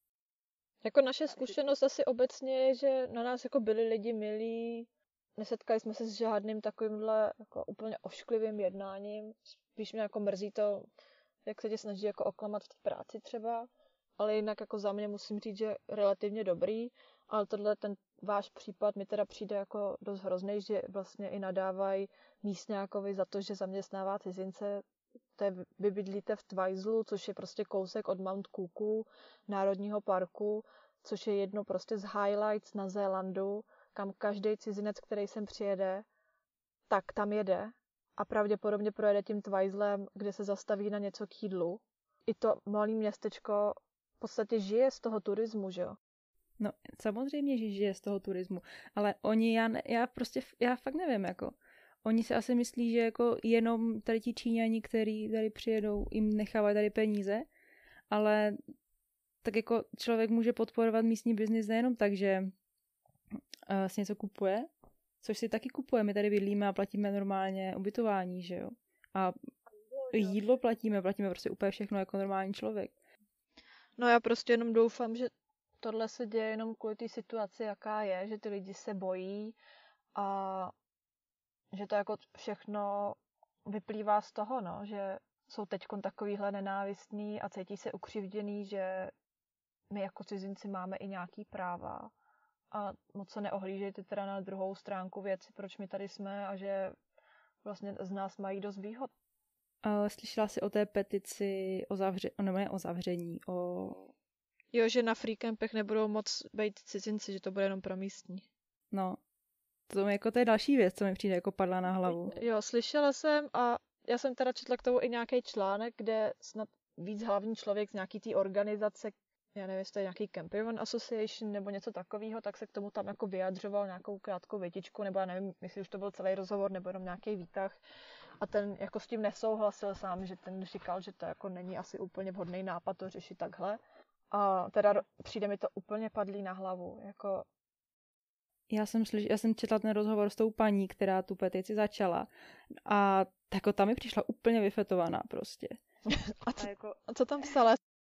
Jako naše zkušenost asi obecně je, že na nás jako byli lidi milí, nesetkali jsme se s žádným takovýmhle jako úplně ošklivým jednáním. Spíš mě jako mrzí to, jak se tě snaží jako oklamat v té práci třeba, ale jinak jako za mě musím říct, že relativně dobrý. Ale tohle, ten váš případ mi teda přijde jako dost hrozný, že vlastně i nadávají místňákovi za to, že zaměstnává cizince. To je, vy bydlíte v Twizel, což je prostě kousek od Mount Cooku, národního parku, což je jedno prostě z highlights na Zélandu, kam každý cizinec, který sem přijede, tak tam jede a pravděpodobně projede tím Twizelem, kde se zastaví na něco k jídlu. I to malé městečko v podstatě žije z toho turismu, že jo? No, samozřejmě, že žije z toho turismu, ale oni, já, ne, já prostě, já fakt nevím, jako, oni si asi myslí, že jako jenom tady ti Číňani, který tady přijedou, jim nechávají tady peníze, ale tak jako člověk může podporovat místní biznis nejenom tak, že uh, si něco kupuje, což si taky kupuje, my tady bydlíme a platíme normálně ubytování, že jo, a jídlo platíme, platíme prostě úplně všechno jako normální člověk. No já prostě jenom doufám, že tohle se děje jenom kvůli té situaci, jaká je, že ty lidi se bojí a že to jako všechno vyplývá z toho, no, že jsou teďkon takovýhle nenávistní a cítí se ukřivděný, že my jako cizinci máme i nějaký práva a moc se neohlížejte teda na druhou stránku věci, proč my tady jsme a že vlastně z nás mají dost výhod. Uh, slyšela jsi o té petici o, zavře- o, ne, o zavření, o... Jo, že na free campech nebudou moc být cizinci, že to bude jenom pro místní. No, to, jako to je další věc, co mi přijde jako padla na hlavu. Jo, slyšela jsem a já jsem teda četla k tomu i nějaký článek, kde snad víc hlavní člověk z nějaký té organizace, já nevím, jestli to je nějaký Campervan Association nebo něco takového, tak se k tomu tam jako vyjadřoval nějakou krátkou větičku, nebo já nevím, jestli už to byl celý rozhovor, nebo jenom nějaký výtah. A ten jako s tím nesouhlasil sám, že ten říkal, že to jako není asi úplně vhodný nápad to řešit takhle. A teda přijde mi to úplně padlý na hlavu, jako... Já jsem, slyš, já jsem četla ten rozhovor s tou paní, která tu petici začala a tako ta mi přišla úplně vyfetovaná prostě. A co, a jako... a co tam psala?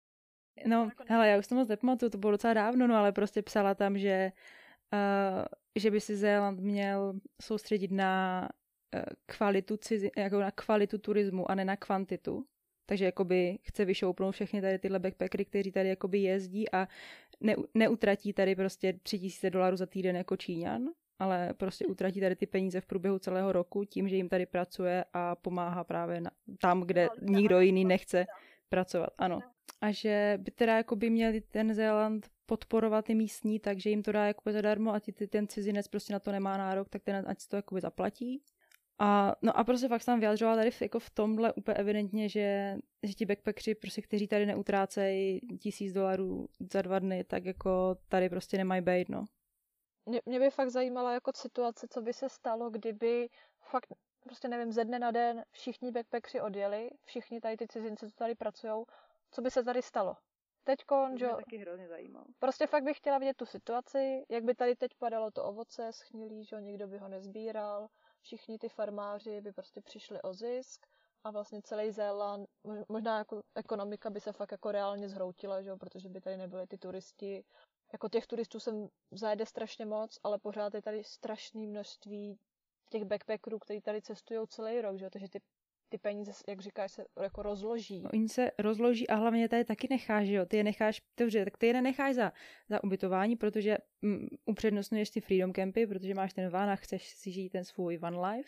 No, hele, já už to moc nepamatuju, to bylo docela dávno, no ale prostě psala tam, že, uh, že by si Zéland měl soustředit na uh, kvalitu cizi, jako na kvalitu turismu a ne na kvantitu. Takže jakoby chce vyšoupnout všechny tady tyhle backpackery, kteří tady jakoby jezdí a ne, neutratí tady prostě tři tisíce dolarů za týden jako Číňan, ale prostě utratí tady ty peníze v průběhu celého roku tím, že jim tady pracuje a pomáhá právě na, tam, kde nikdo jiný nechce pracovat. Ano. A že by teda jakoby měli ten Zéland podporovat ty místní, takže jim to dá jakoby zadarmo a ty, ty, ten cizinec prostě na to nemá nárok, tak ten ať si to jakoby zaplatí. A, no a prostě fakt jsem vyjadřovala tady v, jako v tomhle úplně evidentně, že, že ti backpackři, prostě, kteří tady neutrácejí tisíc dolarů za dva dny, tak jako tady prostě nemají bejt, no. Mě, mě by fakt zajímala jako situace, co by se stalo, kdyby fakt, prostě nevím, ze dne na den všichni backpackři odjeli, všichni tady ty cizinci, co tady pracujou, co by se tady stalo? Teďkon, že... To mě taky hrozně zajímalo. Prostě fakt bych chtěla vidět tu situaci, jak by tady teď padalo to ovoce, schnilý, že nikdo by ho nezbíral, všichni ty farmáři by prostě přišli o zisk a vlastně celý Zéland, možná jako ekonomika by se fakt jako reálně zhroutila, že? Protože by tady nebyly ty turisti. Jako těch turistů sem zajede strašně moc, ale pořád je tady strašné množství těch backpackerů, kteří tady cestují celý rok, že? Takže ty, ty peníze, jak říkáš, se jako rozloží. No, oni se rozloží a hlavně tady taky necháš, jo? Ty je necháš, dobře, tak ty je nenecháš za, za ubytování, protože mm, upřednostňuješ ty freedom campy, protože máš ten van a chceš si žít ten svůj van life,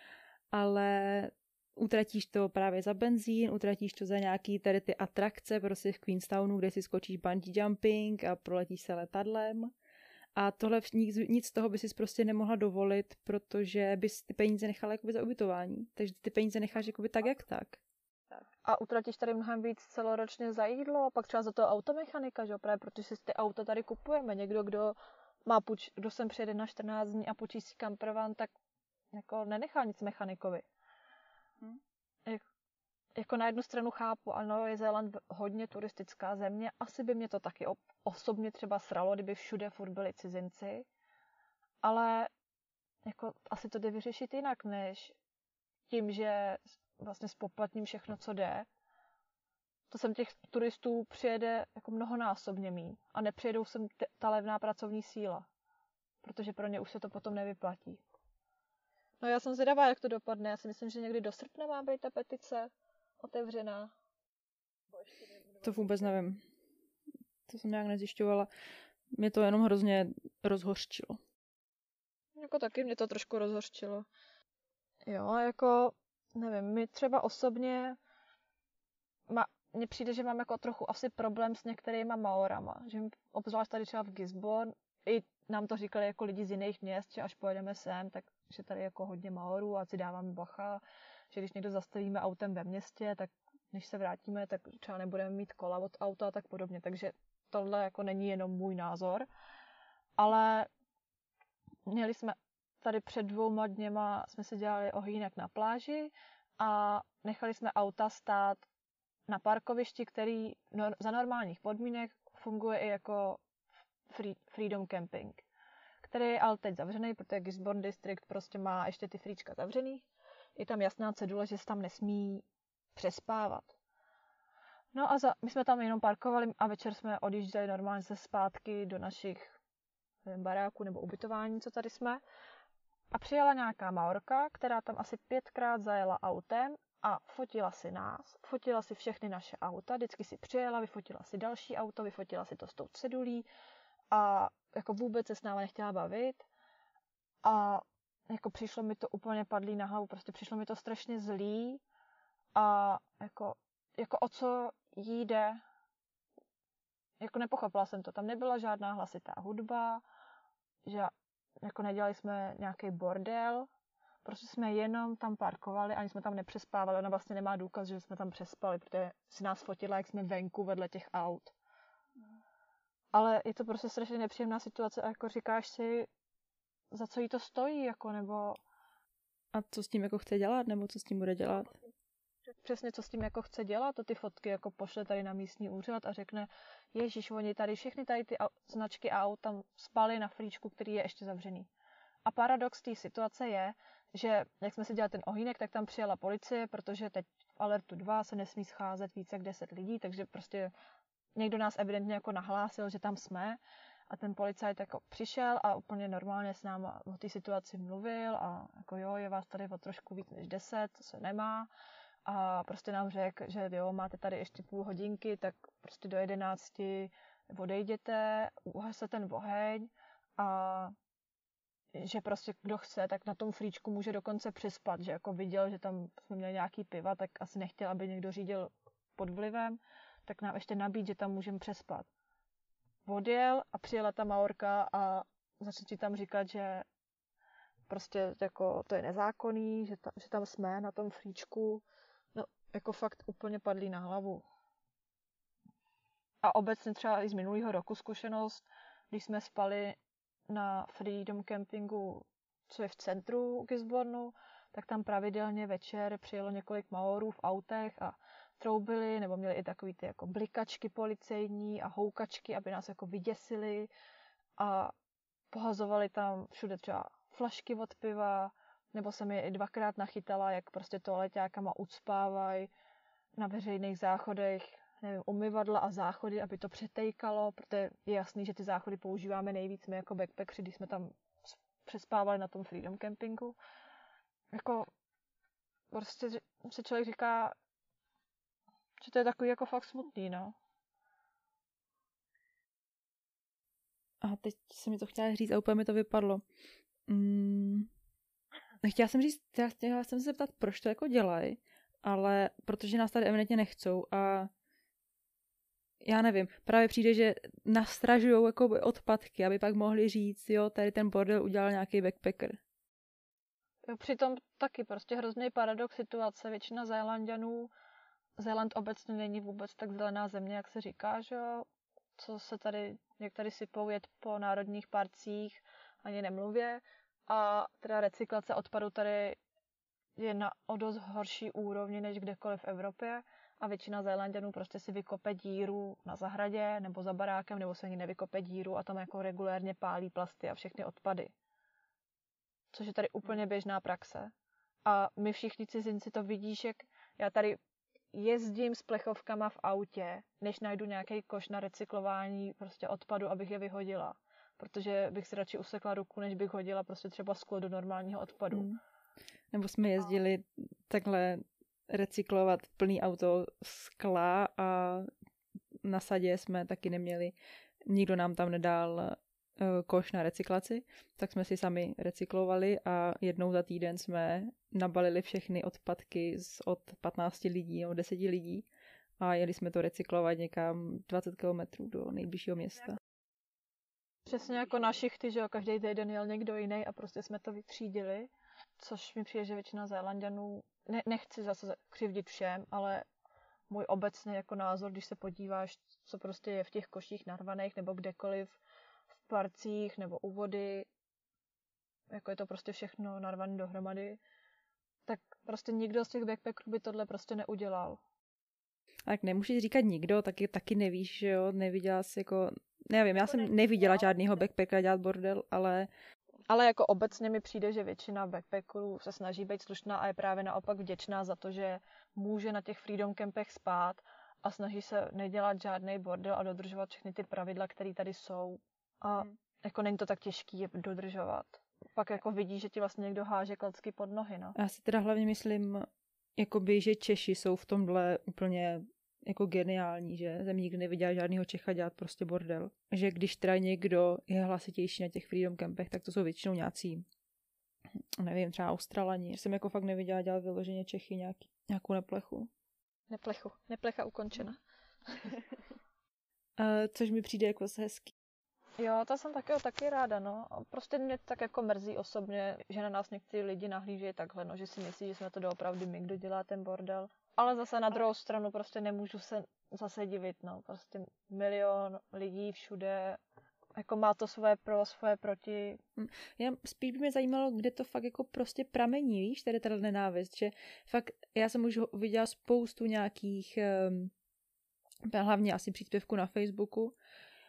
ale utratíš to právě za benzín, utratíš to za nějaký tady ty atrakce, prostě v Queenstownu, kde si skočíš bungee jumping a proletíš se letadlem. A tohle nic, nic z toho by si prostě nemohla dovolit, protože bys ty peníze nechala jakoby za ubytování. Takže ty peníze necháš jakoby tak, jak tak. A utratíš tady mnohem víc celoročně za jídlo a pak třeba za to automechanika, že? Právě protože si ty auta tady kupujeme. Někdo, kdo má půjč, kdo sem přijede na čtrnáct dní a půjčí si campervan, tak jako nenechá nic mechanikovi. Hm? Jak, jako na jednu stranu chápu, ano, je Zéland hodně turistická země, asi by mě to taky osobně třeba sralo, kdyby všude furt byli cizinci, ale jako asi to jde vyřešit jinak, než tím, že vlastně spoplatním všechno, co jde. To sem těch turistů přijede jako mnohonásobně míň a nepřijedou sem t- ta levná pracovní síla, protože pro ně už se to potom nevyplatí. No já jsem zvědavá, jak to dopadne. Já si myslím, že někdy do srpna má být ta petice otevřená. To vůbec nevím. To jsem nějak nezjišťovala. Mě to jenom hrozně rozhořčilo. Jako taky mě to trošku rozhořčilo. Jo, jako, nevím, my třeba osobně, ma, mně přijde, že mám jako trochu asi problém s některýma Maorama, že obzvlášť tady třeba v Gisborne, i nám to říkali jako lidi z jiných měst, že až pojedeme sem, tak že tady jako hodně Maorů a si dáváme bacha, že když někdo zastavíme autem ve městě, tak než se vrátíme, tak třeba nebudeme mít kola od auta a tak podobně, takže tohle jako není jenom můj názor, ale měli jsme tady před dvouma dněma, jsme si dělali ohýnek na pláži a nechali jsme auta stát na parkovišti, který no, za normálních podmínek funguje i jako free, freedom camping, který je ale teď zavřený, protože Gisborne District prostě má ještě ty fríčka zavřený. Je tam jasná cedule, že se tam nesmí přespávat. No a za, my jsme tam jenom parkovali a večer jsme odjížděli normálně se zpátky do našich nevím, baráků nebo ubytování, co tady jsme. A přijela nějaká Maorka, která tam asi pětkrát zajela autem a fotila si nás, fotila si všechny naše auta, vždycky si přijela, vyfotila si další auto, vyfotila si to s tou cedulí a jako vůbec se s náma nechtěla bavit. A jako přišlo mi to úplně padlý na hlavu, prostě přišlo mi to strašně zlý a jako, jako o co jí jde, jako nepochopila jsem to, tam nebyla žádná hlasitá hudba, že jako nedělali jsme nějaký bordel, prostě jsme jenom tam parkovali, ani jsme tam nepřespávali, ona vlastně nemá důkaz, že jsme tam přespali, protože si nás fotila, jak jsme venku vedle těch aut. Ale je to prostě strašně nepříjemná situace a jako říkáš si, za co jí to stojí, jako, nebo... A co s tím jako chce dělat, nebo co s tím bude dělat? Přesně, co s tím jako chce dělat, to ty fotky jako pošle tady na místní úřad a řekne, ježiš, oni tady všechny tady ty au- značky aut tam spali na flíčku, který je ještě zavřený. A paradox té situace je, že jak jsme si dělali ten ohýnek, tak tam přijela policie, protože teď v alertu dva se nesmí scházet více jak deset lidí, takže prostě někdo nás evidentně jako nahlásil, že tam jsme a ten policajt jako přišel a úplně normálně s náma o té situaci mluvil a jako jo, je vás tady o trošku víc než deset, to se nemá. A prostě nám řekl, že jo, máte tady ještě půl hodinky, tak prostě do jedenácti odejděte, uhase ten oheň a že prostě kdo chce, tak na tom flíčku může dokonce přespat, že jako viděl, že tam jsme měli nějaký piva, tak asi nechtěl, aby někdo řídil pod vlivem, tak nám ještě nabít, že tam můžeme přespat. Odjel a přijela ta Maorka a začal ti tam říkat, že prostě jako to je nezákonný, že, ta, že tam jsme na tom flíčku. No, jako fakt úplně padlý na hlavu. A obecně třeba i z minulého roku zkušenost, když jsme spali na Freedom Campingu, co je v centru Gisbornu, tak tam pravidelně večer přijelo několik Maorů v autech a troubili, nebo měli i takový ty jako blikačky policejní a houkačky, aby nás jako vyděsili a pohazovali tam všude třeba flašky od piva, nebo jsem je i dvakrát nachytala, jak prostě toaleťákama ucpávají na veřejných záchodech, nevím, umyvadla a záchody, aby to přetejkalo, protože je jasný, že ty záchody používáme nejvíc my jako backpackři, když jsme tam přespávali na tom Freedom Campingu. Jako prostě se člověk říká, že to je takový jako fakt smutný, no. A teď jsem mi to chtěla říct a úplně mi to vypadlo. Mm. Chtěla jsem říct, chtěla jsem se zeptat, proč to jako dělají, ale protože nás tady evidentně nechcou a já nevím, právě přijde, že nastražujou jako odpadky, aby pak mohli říct, jo, tady ten bordel udělal nějaký backpacker. Jo, přitom taky prostě hrozný paradox situace. Většina Zélanďanů, Zéland obecně není vůbec tak zelená země, jak se říká, že jo, co se tady, jak tady sypou jet po národních parcích, ani nemluvě. A teda recyklace odpadu tady je na o dost horší úrovni než kdekoliv v Evropě a většina Zélanďanů prostě si vykope díru na zahradě nebo za barákem, nebo se ani nevykope díru a tam jako regulérně pálí plasty a všechny odpady. Což je tady úplně běžná praxe. A my všichni cizinci to vidíš, jak já tady jezdím s plechovkama v autě, než najdu nějaký koš na recyklování prostě odpadu, abych je vyhodila. Protože bych si radši usekla ruku, než bych hodila prostě třeba sklo do normálního odpadu. Hmm. Nebo jsme jezdili takhle recyklovat plný auto skla a na sadě jsme taky neměli nikdo nám tam nedal uh, koš na recyklaci, tak jsme si sami recyklovali a jednou za týden jsme nabalili všechny odpadky z, od patnácti lidí nebo deseti lidí a jeli jsme to recyklovat někam dvacet kilometrů do nejbližšího města. Přesně jako na šichty, že jo, každý týden jel někdo jiný a prostě jsme to vytřídili, což mi přijde, že většina Zélanďanů, ne, nechci zase křivdit všem, ale můj obecný jako názor, když se podíváš, co prostě je v těch koších narvaných nebo kdekoliv v parcích nebo u vody, jako je to prostě všechno narvané dohromady, tak prostě nikdo z těch backpackerů by tohle prostě neudělal. Tak nemůžeš říkat nikdo, taky, taky nevíš, že jo, neviděla jsi jako, nevím, já jsem neviděla žádnýho backpackera dělat bordel, ale... Ale jako obecně mi přijde, že většina backpackerů se snaží být slušná a je právě naopak vděčná za to, že může na těch freedom campech spát a snaží se nedělat žádný bordel a dodržovat všechny ty pravidla, které tady jsou. A hmm. jako není to tak těžký je dodržovat. Pak jako vidí, že ti vlastně někdo háže klacky pod nohy, no. Já si teda hlavně myslím, jakoby, že Češi jsou v tomhle úplně jako geniální, že jsem nikdy neviděla žádného Čecha dělat prostě bordel. Že když teda někdo je hlasitější na těch freedom campech, tak to jsou většinou nějací, nevím, třeba Australani. Jsem jako fakt neviděla dělat vyloženě Čechy nějaký, nějakou neplechu. Neplechu. Neplecha ukončena. uh, což mi přijde jako hezký. Jo, to jsem taky, taky ráda, no. Prostě mě tak jako mrzí osobně, že na nás někteří lidi nahlížejí takhle, no, že si myslí, že jsme to doopravdy my, kdo dělá ten bordel. Ale zase na druhou stranu prostě nemůžu se zase divit, no. Prostě milion lidí všude, jako má to svoje pro, svoje proti. Já spíš by mě zajímalo, kde to fakt jako prostě pramení, víš, tady tato nenávist, že fakt, já jsem už viděla spoustu nějakých, um, hlavně asi příspěvků na Facebooku, uh,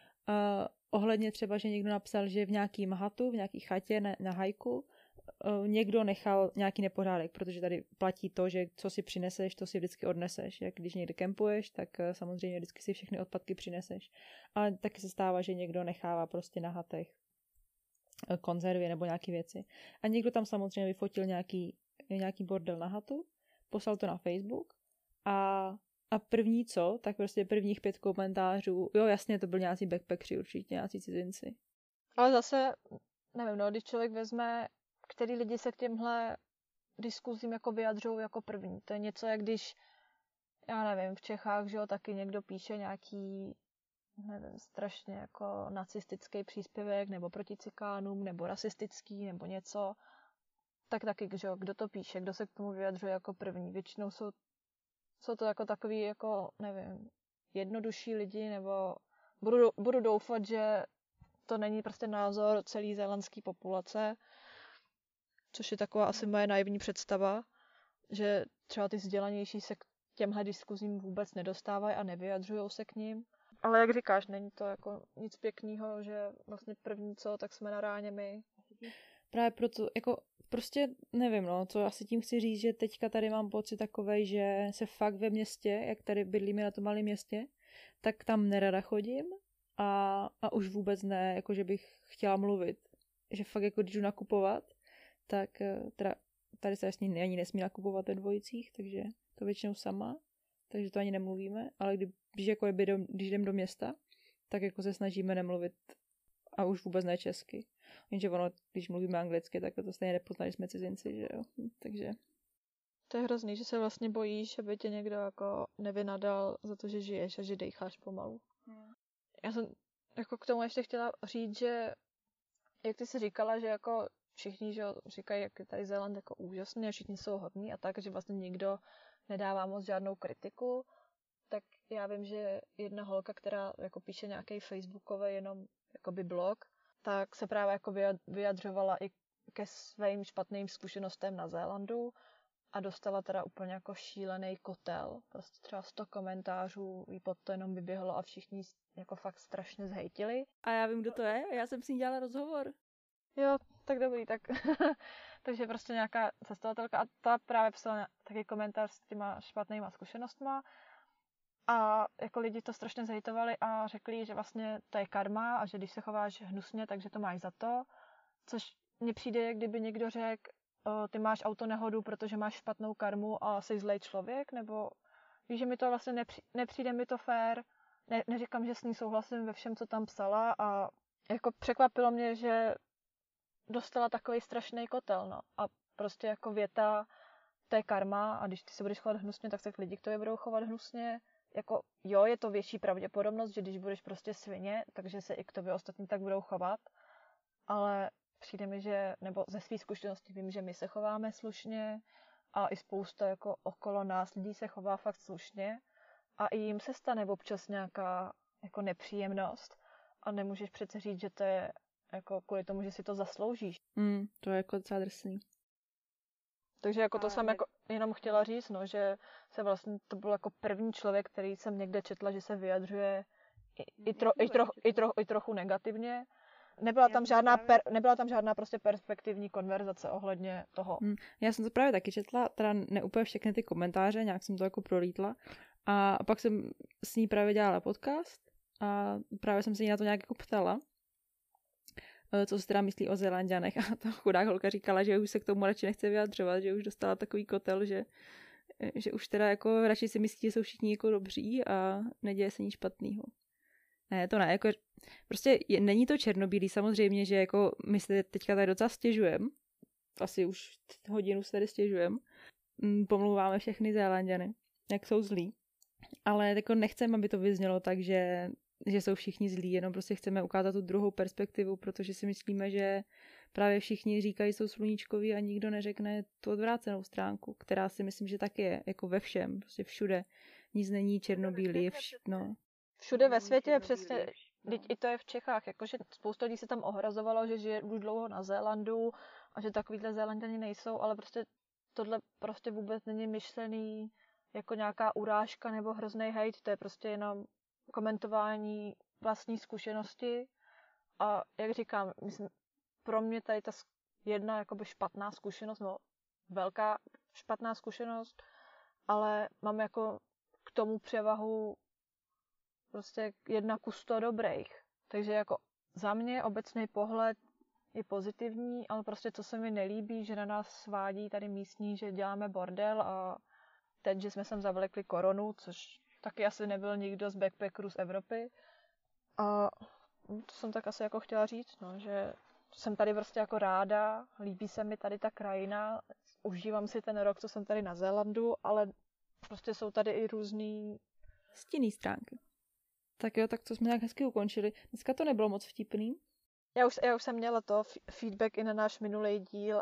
ohledně třeba, že někdo napsal, že v nějakým hatu, v nějaký chatě na, na hajku uh, někdo nechal nějaký nepořádek, protože tady platí to, že co si přineseš, to si vždycky odneseš. Jak když někde kempuješ, tak uh, samozřejmě vždycky si všechny odpadky přineseš. Ale taky se stává, že někdo nechává prostě na hatech uh, konzervy nebo nějaké věci. A někdo tam samozřejmě vyfotil nějaký, nějaký bordel na hatu, poslal to na Facebook a A první co, tak prostě prvních pět komentářů, jo jasně, to byl nějací backpackři určitě, nějací cizinci. Ale zase, nevím, no, když člověk vezme, který lidi se k těmhle diskuzím jako vyjadřují jako první. To je něco, jak když, já nevím, v Čechách, že jo, taky někdo píše nějaký, nevím, strašně jako nacistický příspěvek, nebo proti cikánům, nebo rasistický, nebo něco. Tak taky, že jo, kdo to píše, kdo se k tomu vyjadřuje jako první. Většinou jsou Jsou to jako takový, jako, nevím, jednodušší lidi, nebo budu, budu doufat, že to není prostě názor celé zélandské populace, což je taková asi moje naivní představa, že třeba ty vzdělanější se k těmhle diskuzím vůbec nedostávají a nevyjadřují se k ním. Ale jak říkáš, není to jako nic pěkného, že vlastně první co, tak jsme na ráně my. Právě proto, jako prostě nevím, no, co asi tím chci říct, že teďka tady mám pocit takovej, že se fakt ve městě, jak tady bydlíme na tom malém městě, tak tam nerada chodím a, a už vůbec ne, jako že bych chtěla mluvit. Že fakt jako když jdu nakupovat, tak teda, tady se jasně ani nesmí nakupovat ve dvojicích, takže to většinou sama, takže to ani nemluvíme, ale když, když, jako jdem, když jdem do města, tak jako se snažíme nemluvit a už vůbec ne česky. Jenže ono, když mluvíme anglicky, tak to stejně nepozná, že jsme cizinci, že jo. Takže... To je hrozný, že se vlastně bojíš, aby tě někdo jako nevynadal za to, že žiješ a že dejcháš pomalu. Hmm. Já jsem jako k tomu ještě chtěla říct, že jak ty jsi říkala, že jako všichni že říkají, jak je tady Zéland jako úžasný a všichni jsou hodní a tak, že vlastně nikdo nedává moc žádnou kritiku, tak já vím, že jedna holka, která jako píše nějaký facebookový jenom jakoby blog, tak se právě jako vyjadřovala i ke svým špatným zkušenostem na Zélandu a dostala teda úplně jako šílený kotel. Prostě třeba sto komentářů jí pod to jenom vyběhlo a všichni jako fakt strašně zhejtili. A já vím, kdo to je, já jsem s ní dělala rozhovor. Jo, tak dobrý, tak takže prostě nějaká cestovatelka a ta právě psala taky komentář s těma špatnýma zkušenostma. A jako lidi to strašně zhejtovali a řekli, že vlastně to je karma a že když se chováš hnusně, takže to máš za to. Což mně přijde, jak kdyby někdo řekl, ty máš autonehodu, protože máš špatnou karmu a jsi zlej člověk, nebo víš, že mi to vlastně nepřijde, nepřijde mi to fér, ne, neříkám, že s ní souhlasím ve všem, co tam psala a jako překvapilo mě, že dostala takový strašný kotel, no. A prostě jako věta, to je karma a když ty se budeš chovat hnusně, tak se lidi k tobě budou chovat hnusně. Jako jo, je to větší pravděpodobnost, že když budeš prostě svině, takže se i k tobě ostatní tak budou chovat. Ale přijde mi, že, nebo ze svých zkušeností vím, že my se chováme slušně a i spousta jako okolo nás lidí se chová fakt slušně a i jim se stane občas nějaká jako nepříjemnost a nemůžeš přece říct, že to je jako kvůli tomu, že si to zasloužíš. Mm, to je jako docela drsný. Takže jako to jsem jako jenom chtěla říct, no, že se vlastně to byl jako první člověk, který jsem někde četla, že se vyjadřuje i, i, tro, i, troch, i, troch, i trochu negativně. Nebyla tam, žádná per, nebyla tam žádná prostě perspektivní konverzace ohledně toho. Hmm, já jsem to právě taky četla, teda neúplně všechny ty komentáře, nějak jsem to jako prolítla. A pak jsem s ní právě dělala podcast a právě jsem se jí na to nějak jako ptala, co si teda myslí o Zélanďanech. A ta chudá holka říkala, že už se k tomu radši nechce vyjadřovat, že už dostala takový kotel, že, že už teda jako radši si myslí, že jsou všichni jako dobří a neděje se nic špatného. Ne, to ne, jako prostě je, není to černobílý, samozřejmě, že jako my se teďka tady docela stěžujeme, asi už hodinu se tady stěžujeme, pomlouváme všechny Zélanďany, jak jsou zlí, ale jako nechceme, aby to vyznělo tak, že, že jsou všichni zlí, jenom prostě chceme ukázat tu druhou perspektivu, protože si myslíme, že právě všichni říkají, jsou sluníčkoví a nikdo neřekne tu odvrácenou stránku, která si myslím, že taky je, jako ve všem, prostě všude, nic není černobílý, je vš- no. Všude ve světě je přesně, teď i to je v Čechách, jakože spousta lidí se tam ohrazovalo, že žije už dlouho na Zélandu a že takovýhle Zélanďani nejsou, ale prostě tohle prostě vůbec není myšlený jako nějaká urážka nebo hrozný hejt, to je prostě jenom komentování vlastní zkušenosti a jak říkám, myslím, pro mě tady ta jedna jakoby špatná zkušenost, no velká špatná zkušenost, ale mám jako k tomu převahu prostě jedna ku sto dobrých. Takže jako za mě obecný pohled je pozitivní, ale prostě co se mi nelíbí, že na nás svádí tady místní, že děláme bordel a teď, že jsme sem zavlekli koronu, což taky asi nebyl nikdo z backpackerů z Evropy. A to jsem tak asi jako chtěla říct, no, že jsem tady prostě jako ráda, líbí se mi tady ta krajina, užívám si ten rok, co jsem tady na Zélandu, ale prostě jsou tady i různý stinný stránky. Tak jo, tak to jsme nějak hezky ukončili. Dneska to nebylo moc vtipný. Já už, já už jsem měla to feedback i na náš minulý díl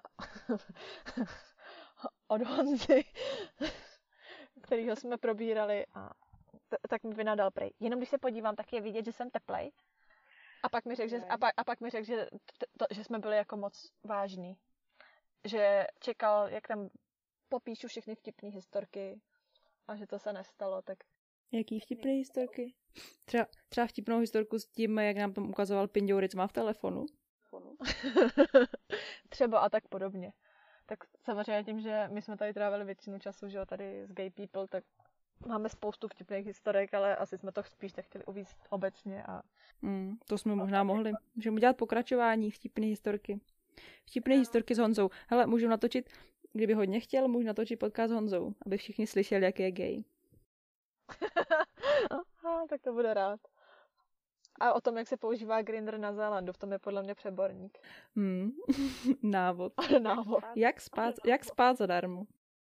od Honzy, kterýho jsme probírali a t- tak mi vynadal prej. Jenom když se podívám, tak je vidět, že jsem teplej. A pak mi řekl, že, a pak, a pak mi řekl, že, t- to, že jsme byli jako moc vážní. Že čekal, jak tam popíšu všechny vtipné historky a že to se nestalo, tak jaký vtipné historky? Třeba, třeba vtipnou historku s tím, jak nám tam ukazoval Pinďoury, co má v telefonu. Třeba a tak podobně. Tak samozřejmě tím, že my jsme tady trávili většinu času, že jo, tady s gay people, tak máme spoustu vtipných historek, ale asi jsme to spíš tak chtěli uvíct obecně. A... Mm, to jsme možná mohli. Můžeme udělat pokračování vtipné historky. Vtipné historky s Honzou. Hele, můžu natočit, kdyby hodně chtěl, můžu natočit podcast s Honzou, aby všichni slyšeli, jak je gay. Aha, tak to bude rád. A o tom, jak se používá Grindr na Zélandu, v tom je podle mě přeborník. Hmm. Návod. Návod. Jak spát, jak spát zadarmo.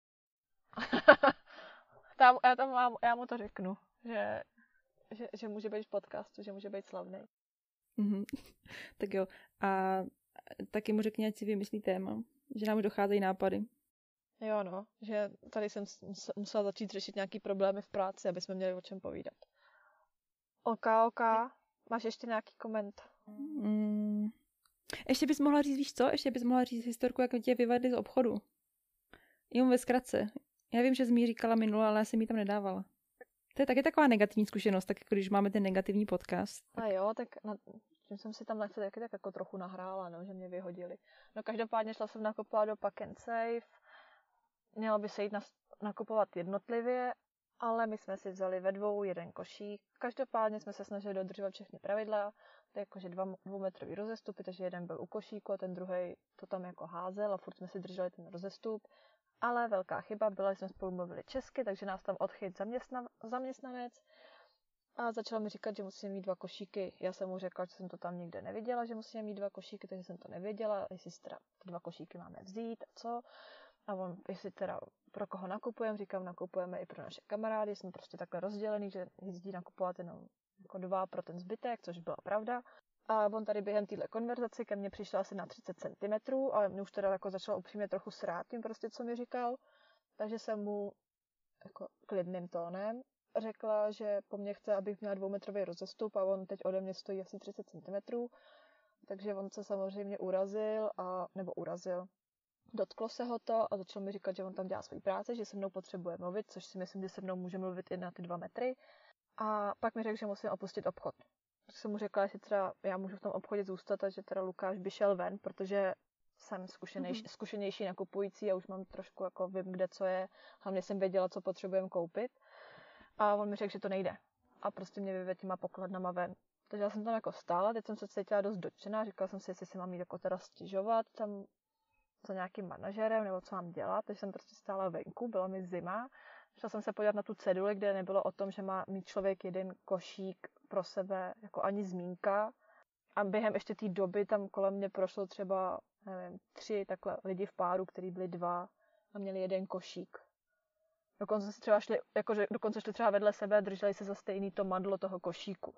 Tam, já, tam mám, já mu to řeknu, že, že, že může být v podcastu, že může být slavný. Mm-hmm. Tak jo. A taky mu řekni, ať si vymyslí téma, že nám docházejí nápady. Jo, no, že tady jsem musela začít řešit nějaký problémy v práci, aby jsme měli o čem povídat. OK, OK. Máš ještě nějaký koment? Mm. Ještě bys mohla říct, víš co? Ještě bys mohla říct historku, jak tě vyvedli z obchodu. Jenom ve zkratce. Já vím, že jsi mi říkala minule, ale já jsem ji tam nedávala. To je taky taková negativní zkušenost, tak jako když máme ten negativní podcast. Tak... A jo, tak na, tím jsem si tam nechce taky tak jako trochu nahrála, no, že mě vyhodili. No každopádně šla jsem nakupovat do Pack and Save. Měla by se jít nas, nakupovat jednotlivě, ale my jsme si vzali ve dvou jeden košík. Každopádně jsme se snažili dodržovat všechny pravidla, to je jakože dva dvoumetrový rozestupy, takže jeden byl u košíku a ten druhý to tam jako házel a furt jsme si drželi ten rozestup. Ale velká chyba byla, že jsme spolu mluvili česky, takže nás tam odchyt zaměstna, zaměstnanec A začala mi říkat, že musím mít dva košíky. Já jsem mu řekla, že jsem to tam nikde neviděla, že musím mít dva košíky, takže jsem to nevěděla, jestli si teda ty dva košíky máme vzít a co. A on, jestli teda pro koho nakupujeme, říkám, nakupujeme i pro naše kamarády, jsme prostě takhle rozdělený, že jezdí nakupovat jenom jako dva pro ten zbytek, což byla pravda. A on tady během téhle konverzace ke mně přišel asi na třicet centimetrů, ale mě už teda jako začalo upřímně trochu srát tím prostě, co mi říkal. Takže jsem mu jako klidným tónem řekla, že po mně chce, abych měla dvoumetrový rozestup a on teď ode mě stojí asi třicet centimetrů. Takže on se samozřejmě urazil, a, nebo urazil. Dotklo se ho to a začal mi říkat, že on tam dělá svoji práci, že se mnou potřebuje mluvit, což si myslím, že se mnou může mluvit i na ty dva metry. A pak mi řekl, že musím opustit obchod. Tak jsem mu řekla, že teda já můžu v tom obchodě zůstat a že teda Lukáš by šel ven, protože jsem zkušenější, mm-hmm. zkušenější nakupující a už mám trošku jako vím, kde co je. Hlavně jsem věděla, co potřebujeme koupit. A on mi řekl, že to nejde. A prostě mě vyvedl těma pokladnama ven. Takže já jsem tam jako stála, teď jsem se cítila dost dotčená, říkala jsem si, jestli si mám jít jako teda stěžovat tam za nějakým manažerem, nebo co mám dělat, takže jsem prostě stála venku, byla mi zima. Šla jsem se podívat na tu ceduli, kde nebylo o tom, že má mít člověk jeden košík pro sebe, jako ani zmínka. A během ještě té doby tam kolem mě prošlo třeba, nevím, tři takhle lidi v páru, kteří byli dva a měli jeden košík. Dokonce se třeba šli, jakože dokonce šli třeba vedle sebe a drželi se za stejný to mandlo toho košíku.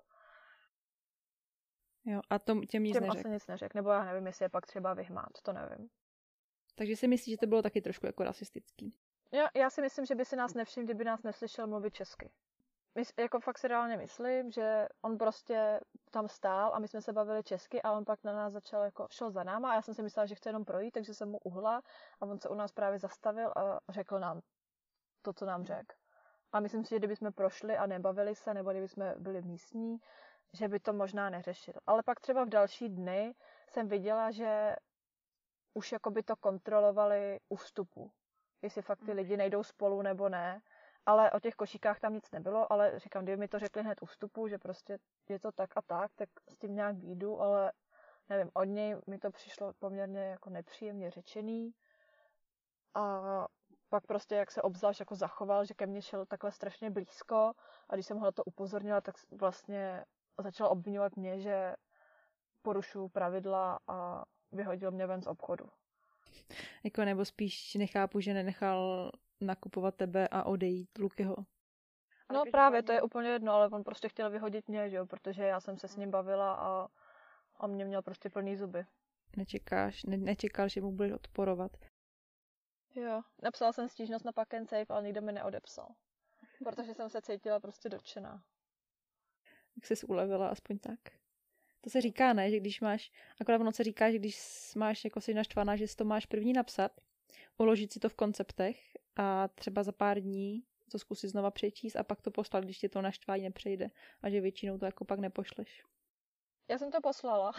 Jo, a tom, těm nic těm neřek. asi nic neřek, nebo já nevím, jestli je pak třeba vyhmát, to nevím. Takže si myslíš, že to bylo taky trošku jako rasistický? Já, já si myslím, že by si nás nevšiml, kdyby nás neslyšel mluvit česky. My, jako fakt si reálně myslím, že on prostě tam stál a my jsme se bavili česky a on pak na nás začal, jako šel za náma a já jsem si myslela, že chce jenom projít, takže jsem mu uhla a on se u nás právě zastavil a řekl nám to, co nám řekl. A myslím si, že kdybychom prošli a nebavili se, nebo kdybychom byli místní, že by to možná neřešil. Ale pak třeba v další dny jsem viděla, že už jako by to kontrolovali u vstupu. Jestli fakt ty lidi nejdou spolu nebo ne. Ale o těch košíkách tam nic nebylo, ale říkám, kdyby mi to řekli hned u vstupu, že prostě je to tak a tak, tak s tím nějak výjdu, ale nevím, od něj mi to přišlo poměrně jako nepříjemně řečený. A pak prostě, jak se obzvlášť jako zachoval, že ke mně šel takhle strašně blízko a když jsem ho na to upozornila, tak vlastně začal obvinovat mě, že porušuju pravidla a vyhodil mě ven z obchodu. Jako nebo spíš nechápu, že nenechal nakupovat tebe a odejít Lukyho. No právě, to je úplně jedno, ale on prostě chtěl vyhodit mě, že jo, protože já jsem se s ním bavila a on mě měl prostě plný zuby. Nečekáš, ne, nečekal, že mu budeš odporovat. Jo, napsala jsem stížnost na Pack and Save, ale nikdo mi neodepsal. Protože jsem se cítila prostě dotčená. Tak jsi ulevila aspoň tak. To se říká, ne, že když máš, akorát ono se říká, že když máš, jako jsi naštvaná, že si to máš první napsat, uložit si to v konceptech a třeba za pár dní to zkusit znova přečíst a pak to poslat, když ti to naštvání nepřejde a že většinou to jako pak nepošleš. Já jsem to poslala,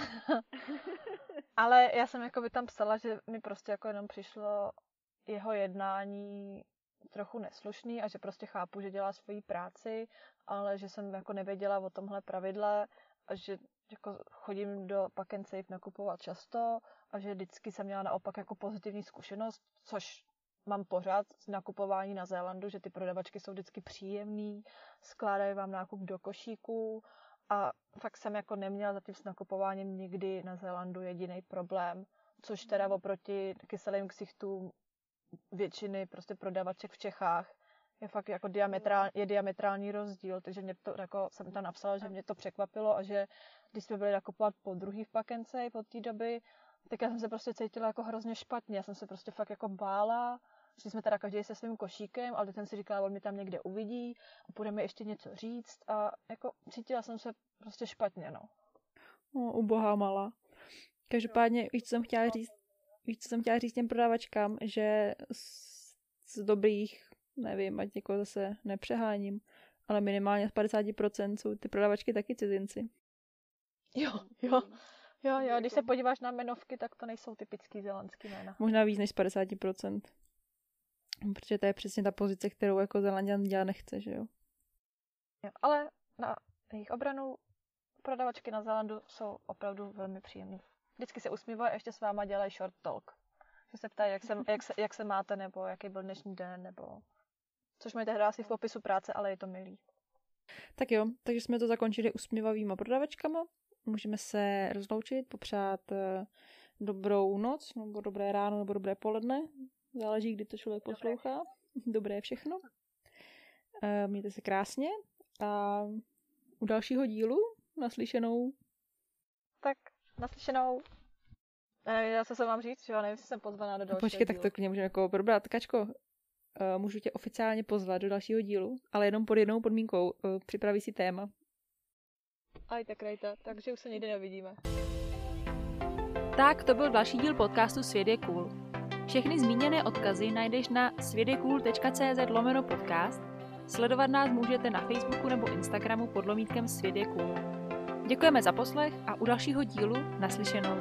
ale já jsem jako by tam psala, že mi prostě jako jenom přišlo jeho jednání trochu neslušný a že prostě chápu, že dělá svoji práci, ale že jsem jako nevěděla o tomhle pravidle a že jako chodím do Pack and Save nakupovat často a že vždycky jsem měla naopak jako pozitivní zkušenost, což mám pořád z nakupování na Zélandu, že ty prodavačky jsou vždycky příjemný, skládají vám nákup do košíků a fakt jsem jako neměla zatím s nakupováním nikdy na Zélandu jediný problém, což teda oproti kyselým ksichtům většiny prostě prodavaček v Čechách je fakt jako diametrál, je diametrální rozdíl, takže mě to, jako jsem tam napsala, že mě to překvapilo a že když jsme byli nakupovat po druhý v Pack and Save od té doby, tak já jsem se prostě cítila jako hrozně špatně, já jsem se prostě fakt jako bála, šli jsme teda každý se svým košíkem, ale teď jsem si říkala, on mě tam někde uvidí a budeme ještě něco říct a jako cítila jsem se prostě špatně, no. No, ubohá malá. Každopádně, víš, co jsem chtěla říct, víš, co jsem chtěla říct těm prodavačkám, že z, z dobrých, nevím, ať jako zase nepřeháním, ale minimálně z padesát procent jsou ty prodavačky taky cizinci. Jo, jo. Jo, jo, když se podíváš na jmenovky, tak to nejsou typický zélandský jména. Možná víc než z padesát procent. Protože to je přesně ta pozice, kterou jako Zélanďan dělat nechce, že jo? Jo, ale na jejich obranu prodavačky na Zélandu jsou opravdu velmi příjemný. Vždycky se usmívají a ještě s váma dělají short talk. Že se ptají, jak se, jak, se, jak se máte, nebo jaký byl dnešní den, nebo... Což mají tehdy asi v popisu práce, ale je to milý. Tak jo, takže jsme to zakončili usměvavýma prodavačkama. Můžeme se rozloučit, popřát dobrou noc, nebo dobré ráno, nebo dobré poledne. Záleží, kdy to člověk poslouchá. Dobré všechno. Mějte se krásně a u dalšího dílu naslyšenou. Tak, naslyšenou. Já se vám říct, že jo, nevím, jestli jsem pozvaná do dalšího Počkej, dílu. tak to klidně můžeme jako probrat. Kačko, můžu tě oficiálně pozvat do dalšího dílu, ale jenom pod jednou podmínkou. Připraví si téma. Aj tak rejta, takže už se nikdy nevidíme. Tak, to byl další díl podcastu Svět je cool. Všechny zmíněné odkazy najdeš na světjecool tečka cz lomeno podcast. Sledovat nás můžete na Facebooku nebo Instagramu pod lomítkem Svět je cool. Děkujeme za poslech a u dalšího dílu naslyšenou.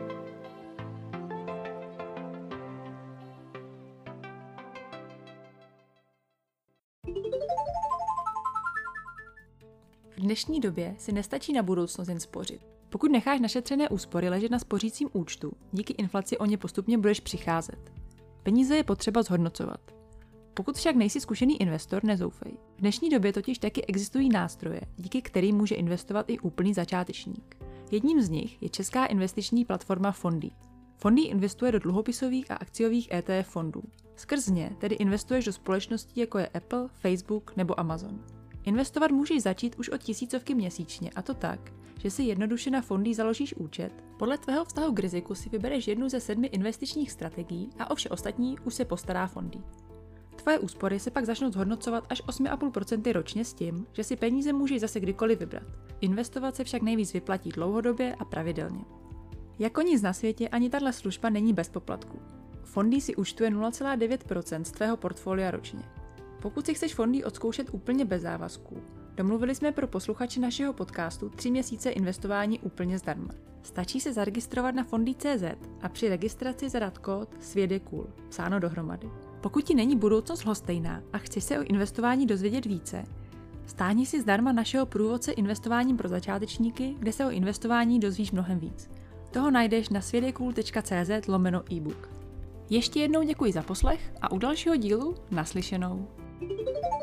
V dnešní době si nestačí na budoucnost jen spořit. Pokud necháš našetřené úspory ležet na spořícím účtu, díky inflaci o ně postupně budeš přicházet. Peníze je potřeba zhodnocovat. Pokud však nejsi zkušený investor, nezoufej. V dnešní době totiž taky existují nástroje, díky kterým může investovat i úplný začátečník. Jedním z nich je česká investiční platforma Fondy. Fondy investuje do dluhopisových a akciových E T F fondů. Skrz ně tedy investuješ do společností jako je Apple, Facebook nebo Amazon. Investovat můžeš začít už od tisícovky měsíčně, a to tak, že si jednoduše na Fondy založíš účet, podle tvého vztahu k riziku si vybereš jednu ze sedmi investičních strategií a o vše ostatní už se postará Fondy. Tvoje úspory se pak začnou zhodnocovat až osm celá pět procenta ročně s tím, že si peníze můžeš zase kdykoliv vybrat. Investovat se však nejvíc vyplatí dlouhodobě a pravidelně. Jako nic na světě ani tahle služba není bez poplatků. Fondy si účtuje nula celá devět procenta z tvého portfolia ročně. Pokud si chceš Fondy odzkoušet úplně bez závazků, domluvili jsme pro posluchače našeho podcastu tři měsíce investování úplně zdarma. Stačí se zaregistrovat na fondy tečka cz a při registraci zadat kód Svět je cool, psáno dohromady. Pokud ti není budoucnost lhostejná a chceš se o investování dozvědět více, stáhni si zdarma našeho průvodce investováním pro začátečníky, kde se o investování dozvíš mnohem víc. Toho najdeš na světjecool tečka cz lomeno e-book. Ještě jednou děkuji za poslech a u dalšího dílu naslyšenou.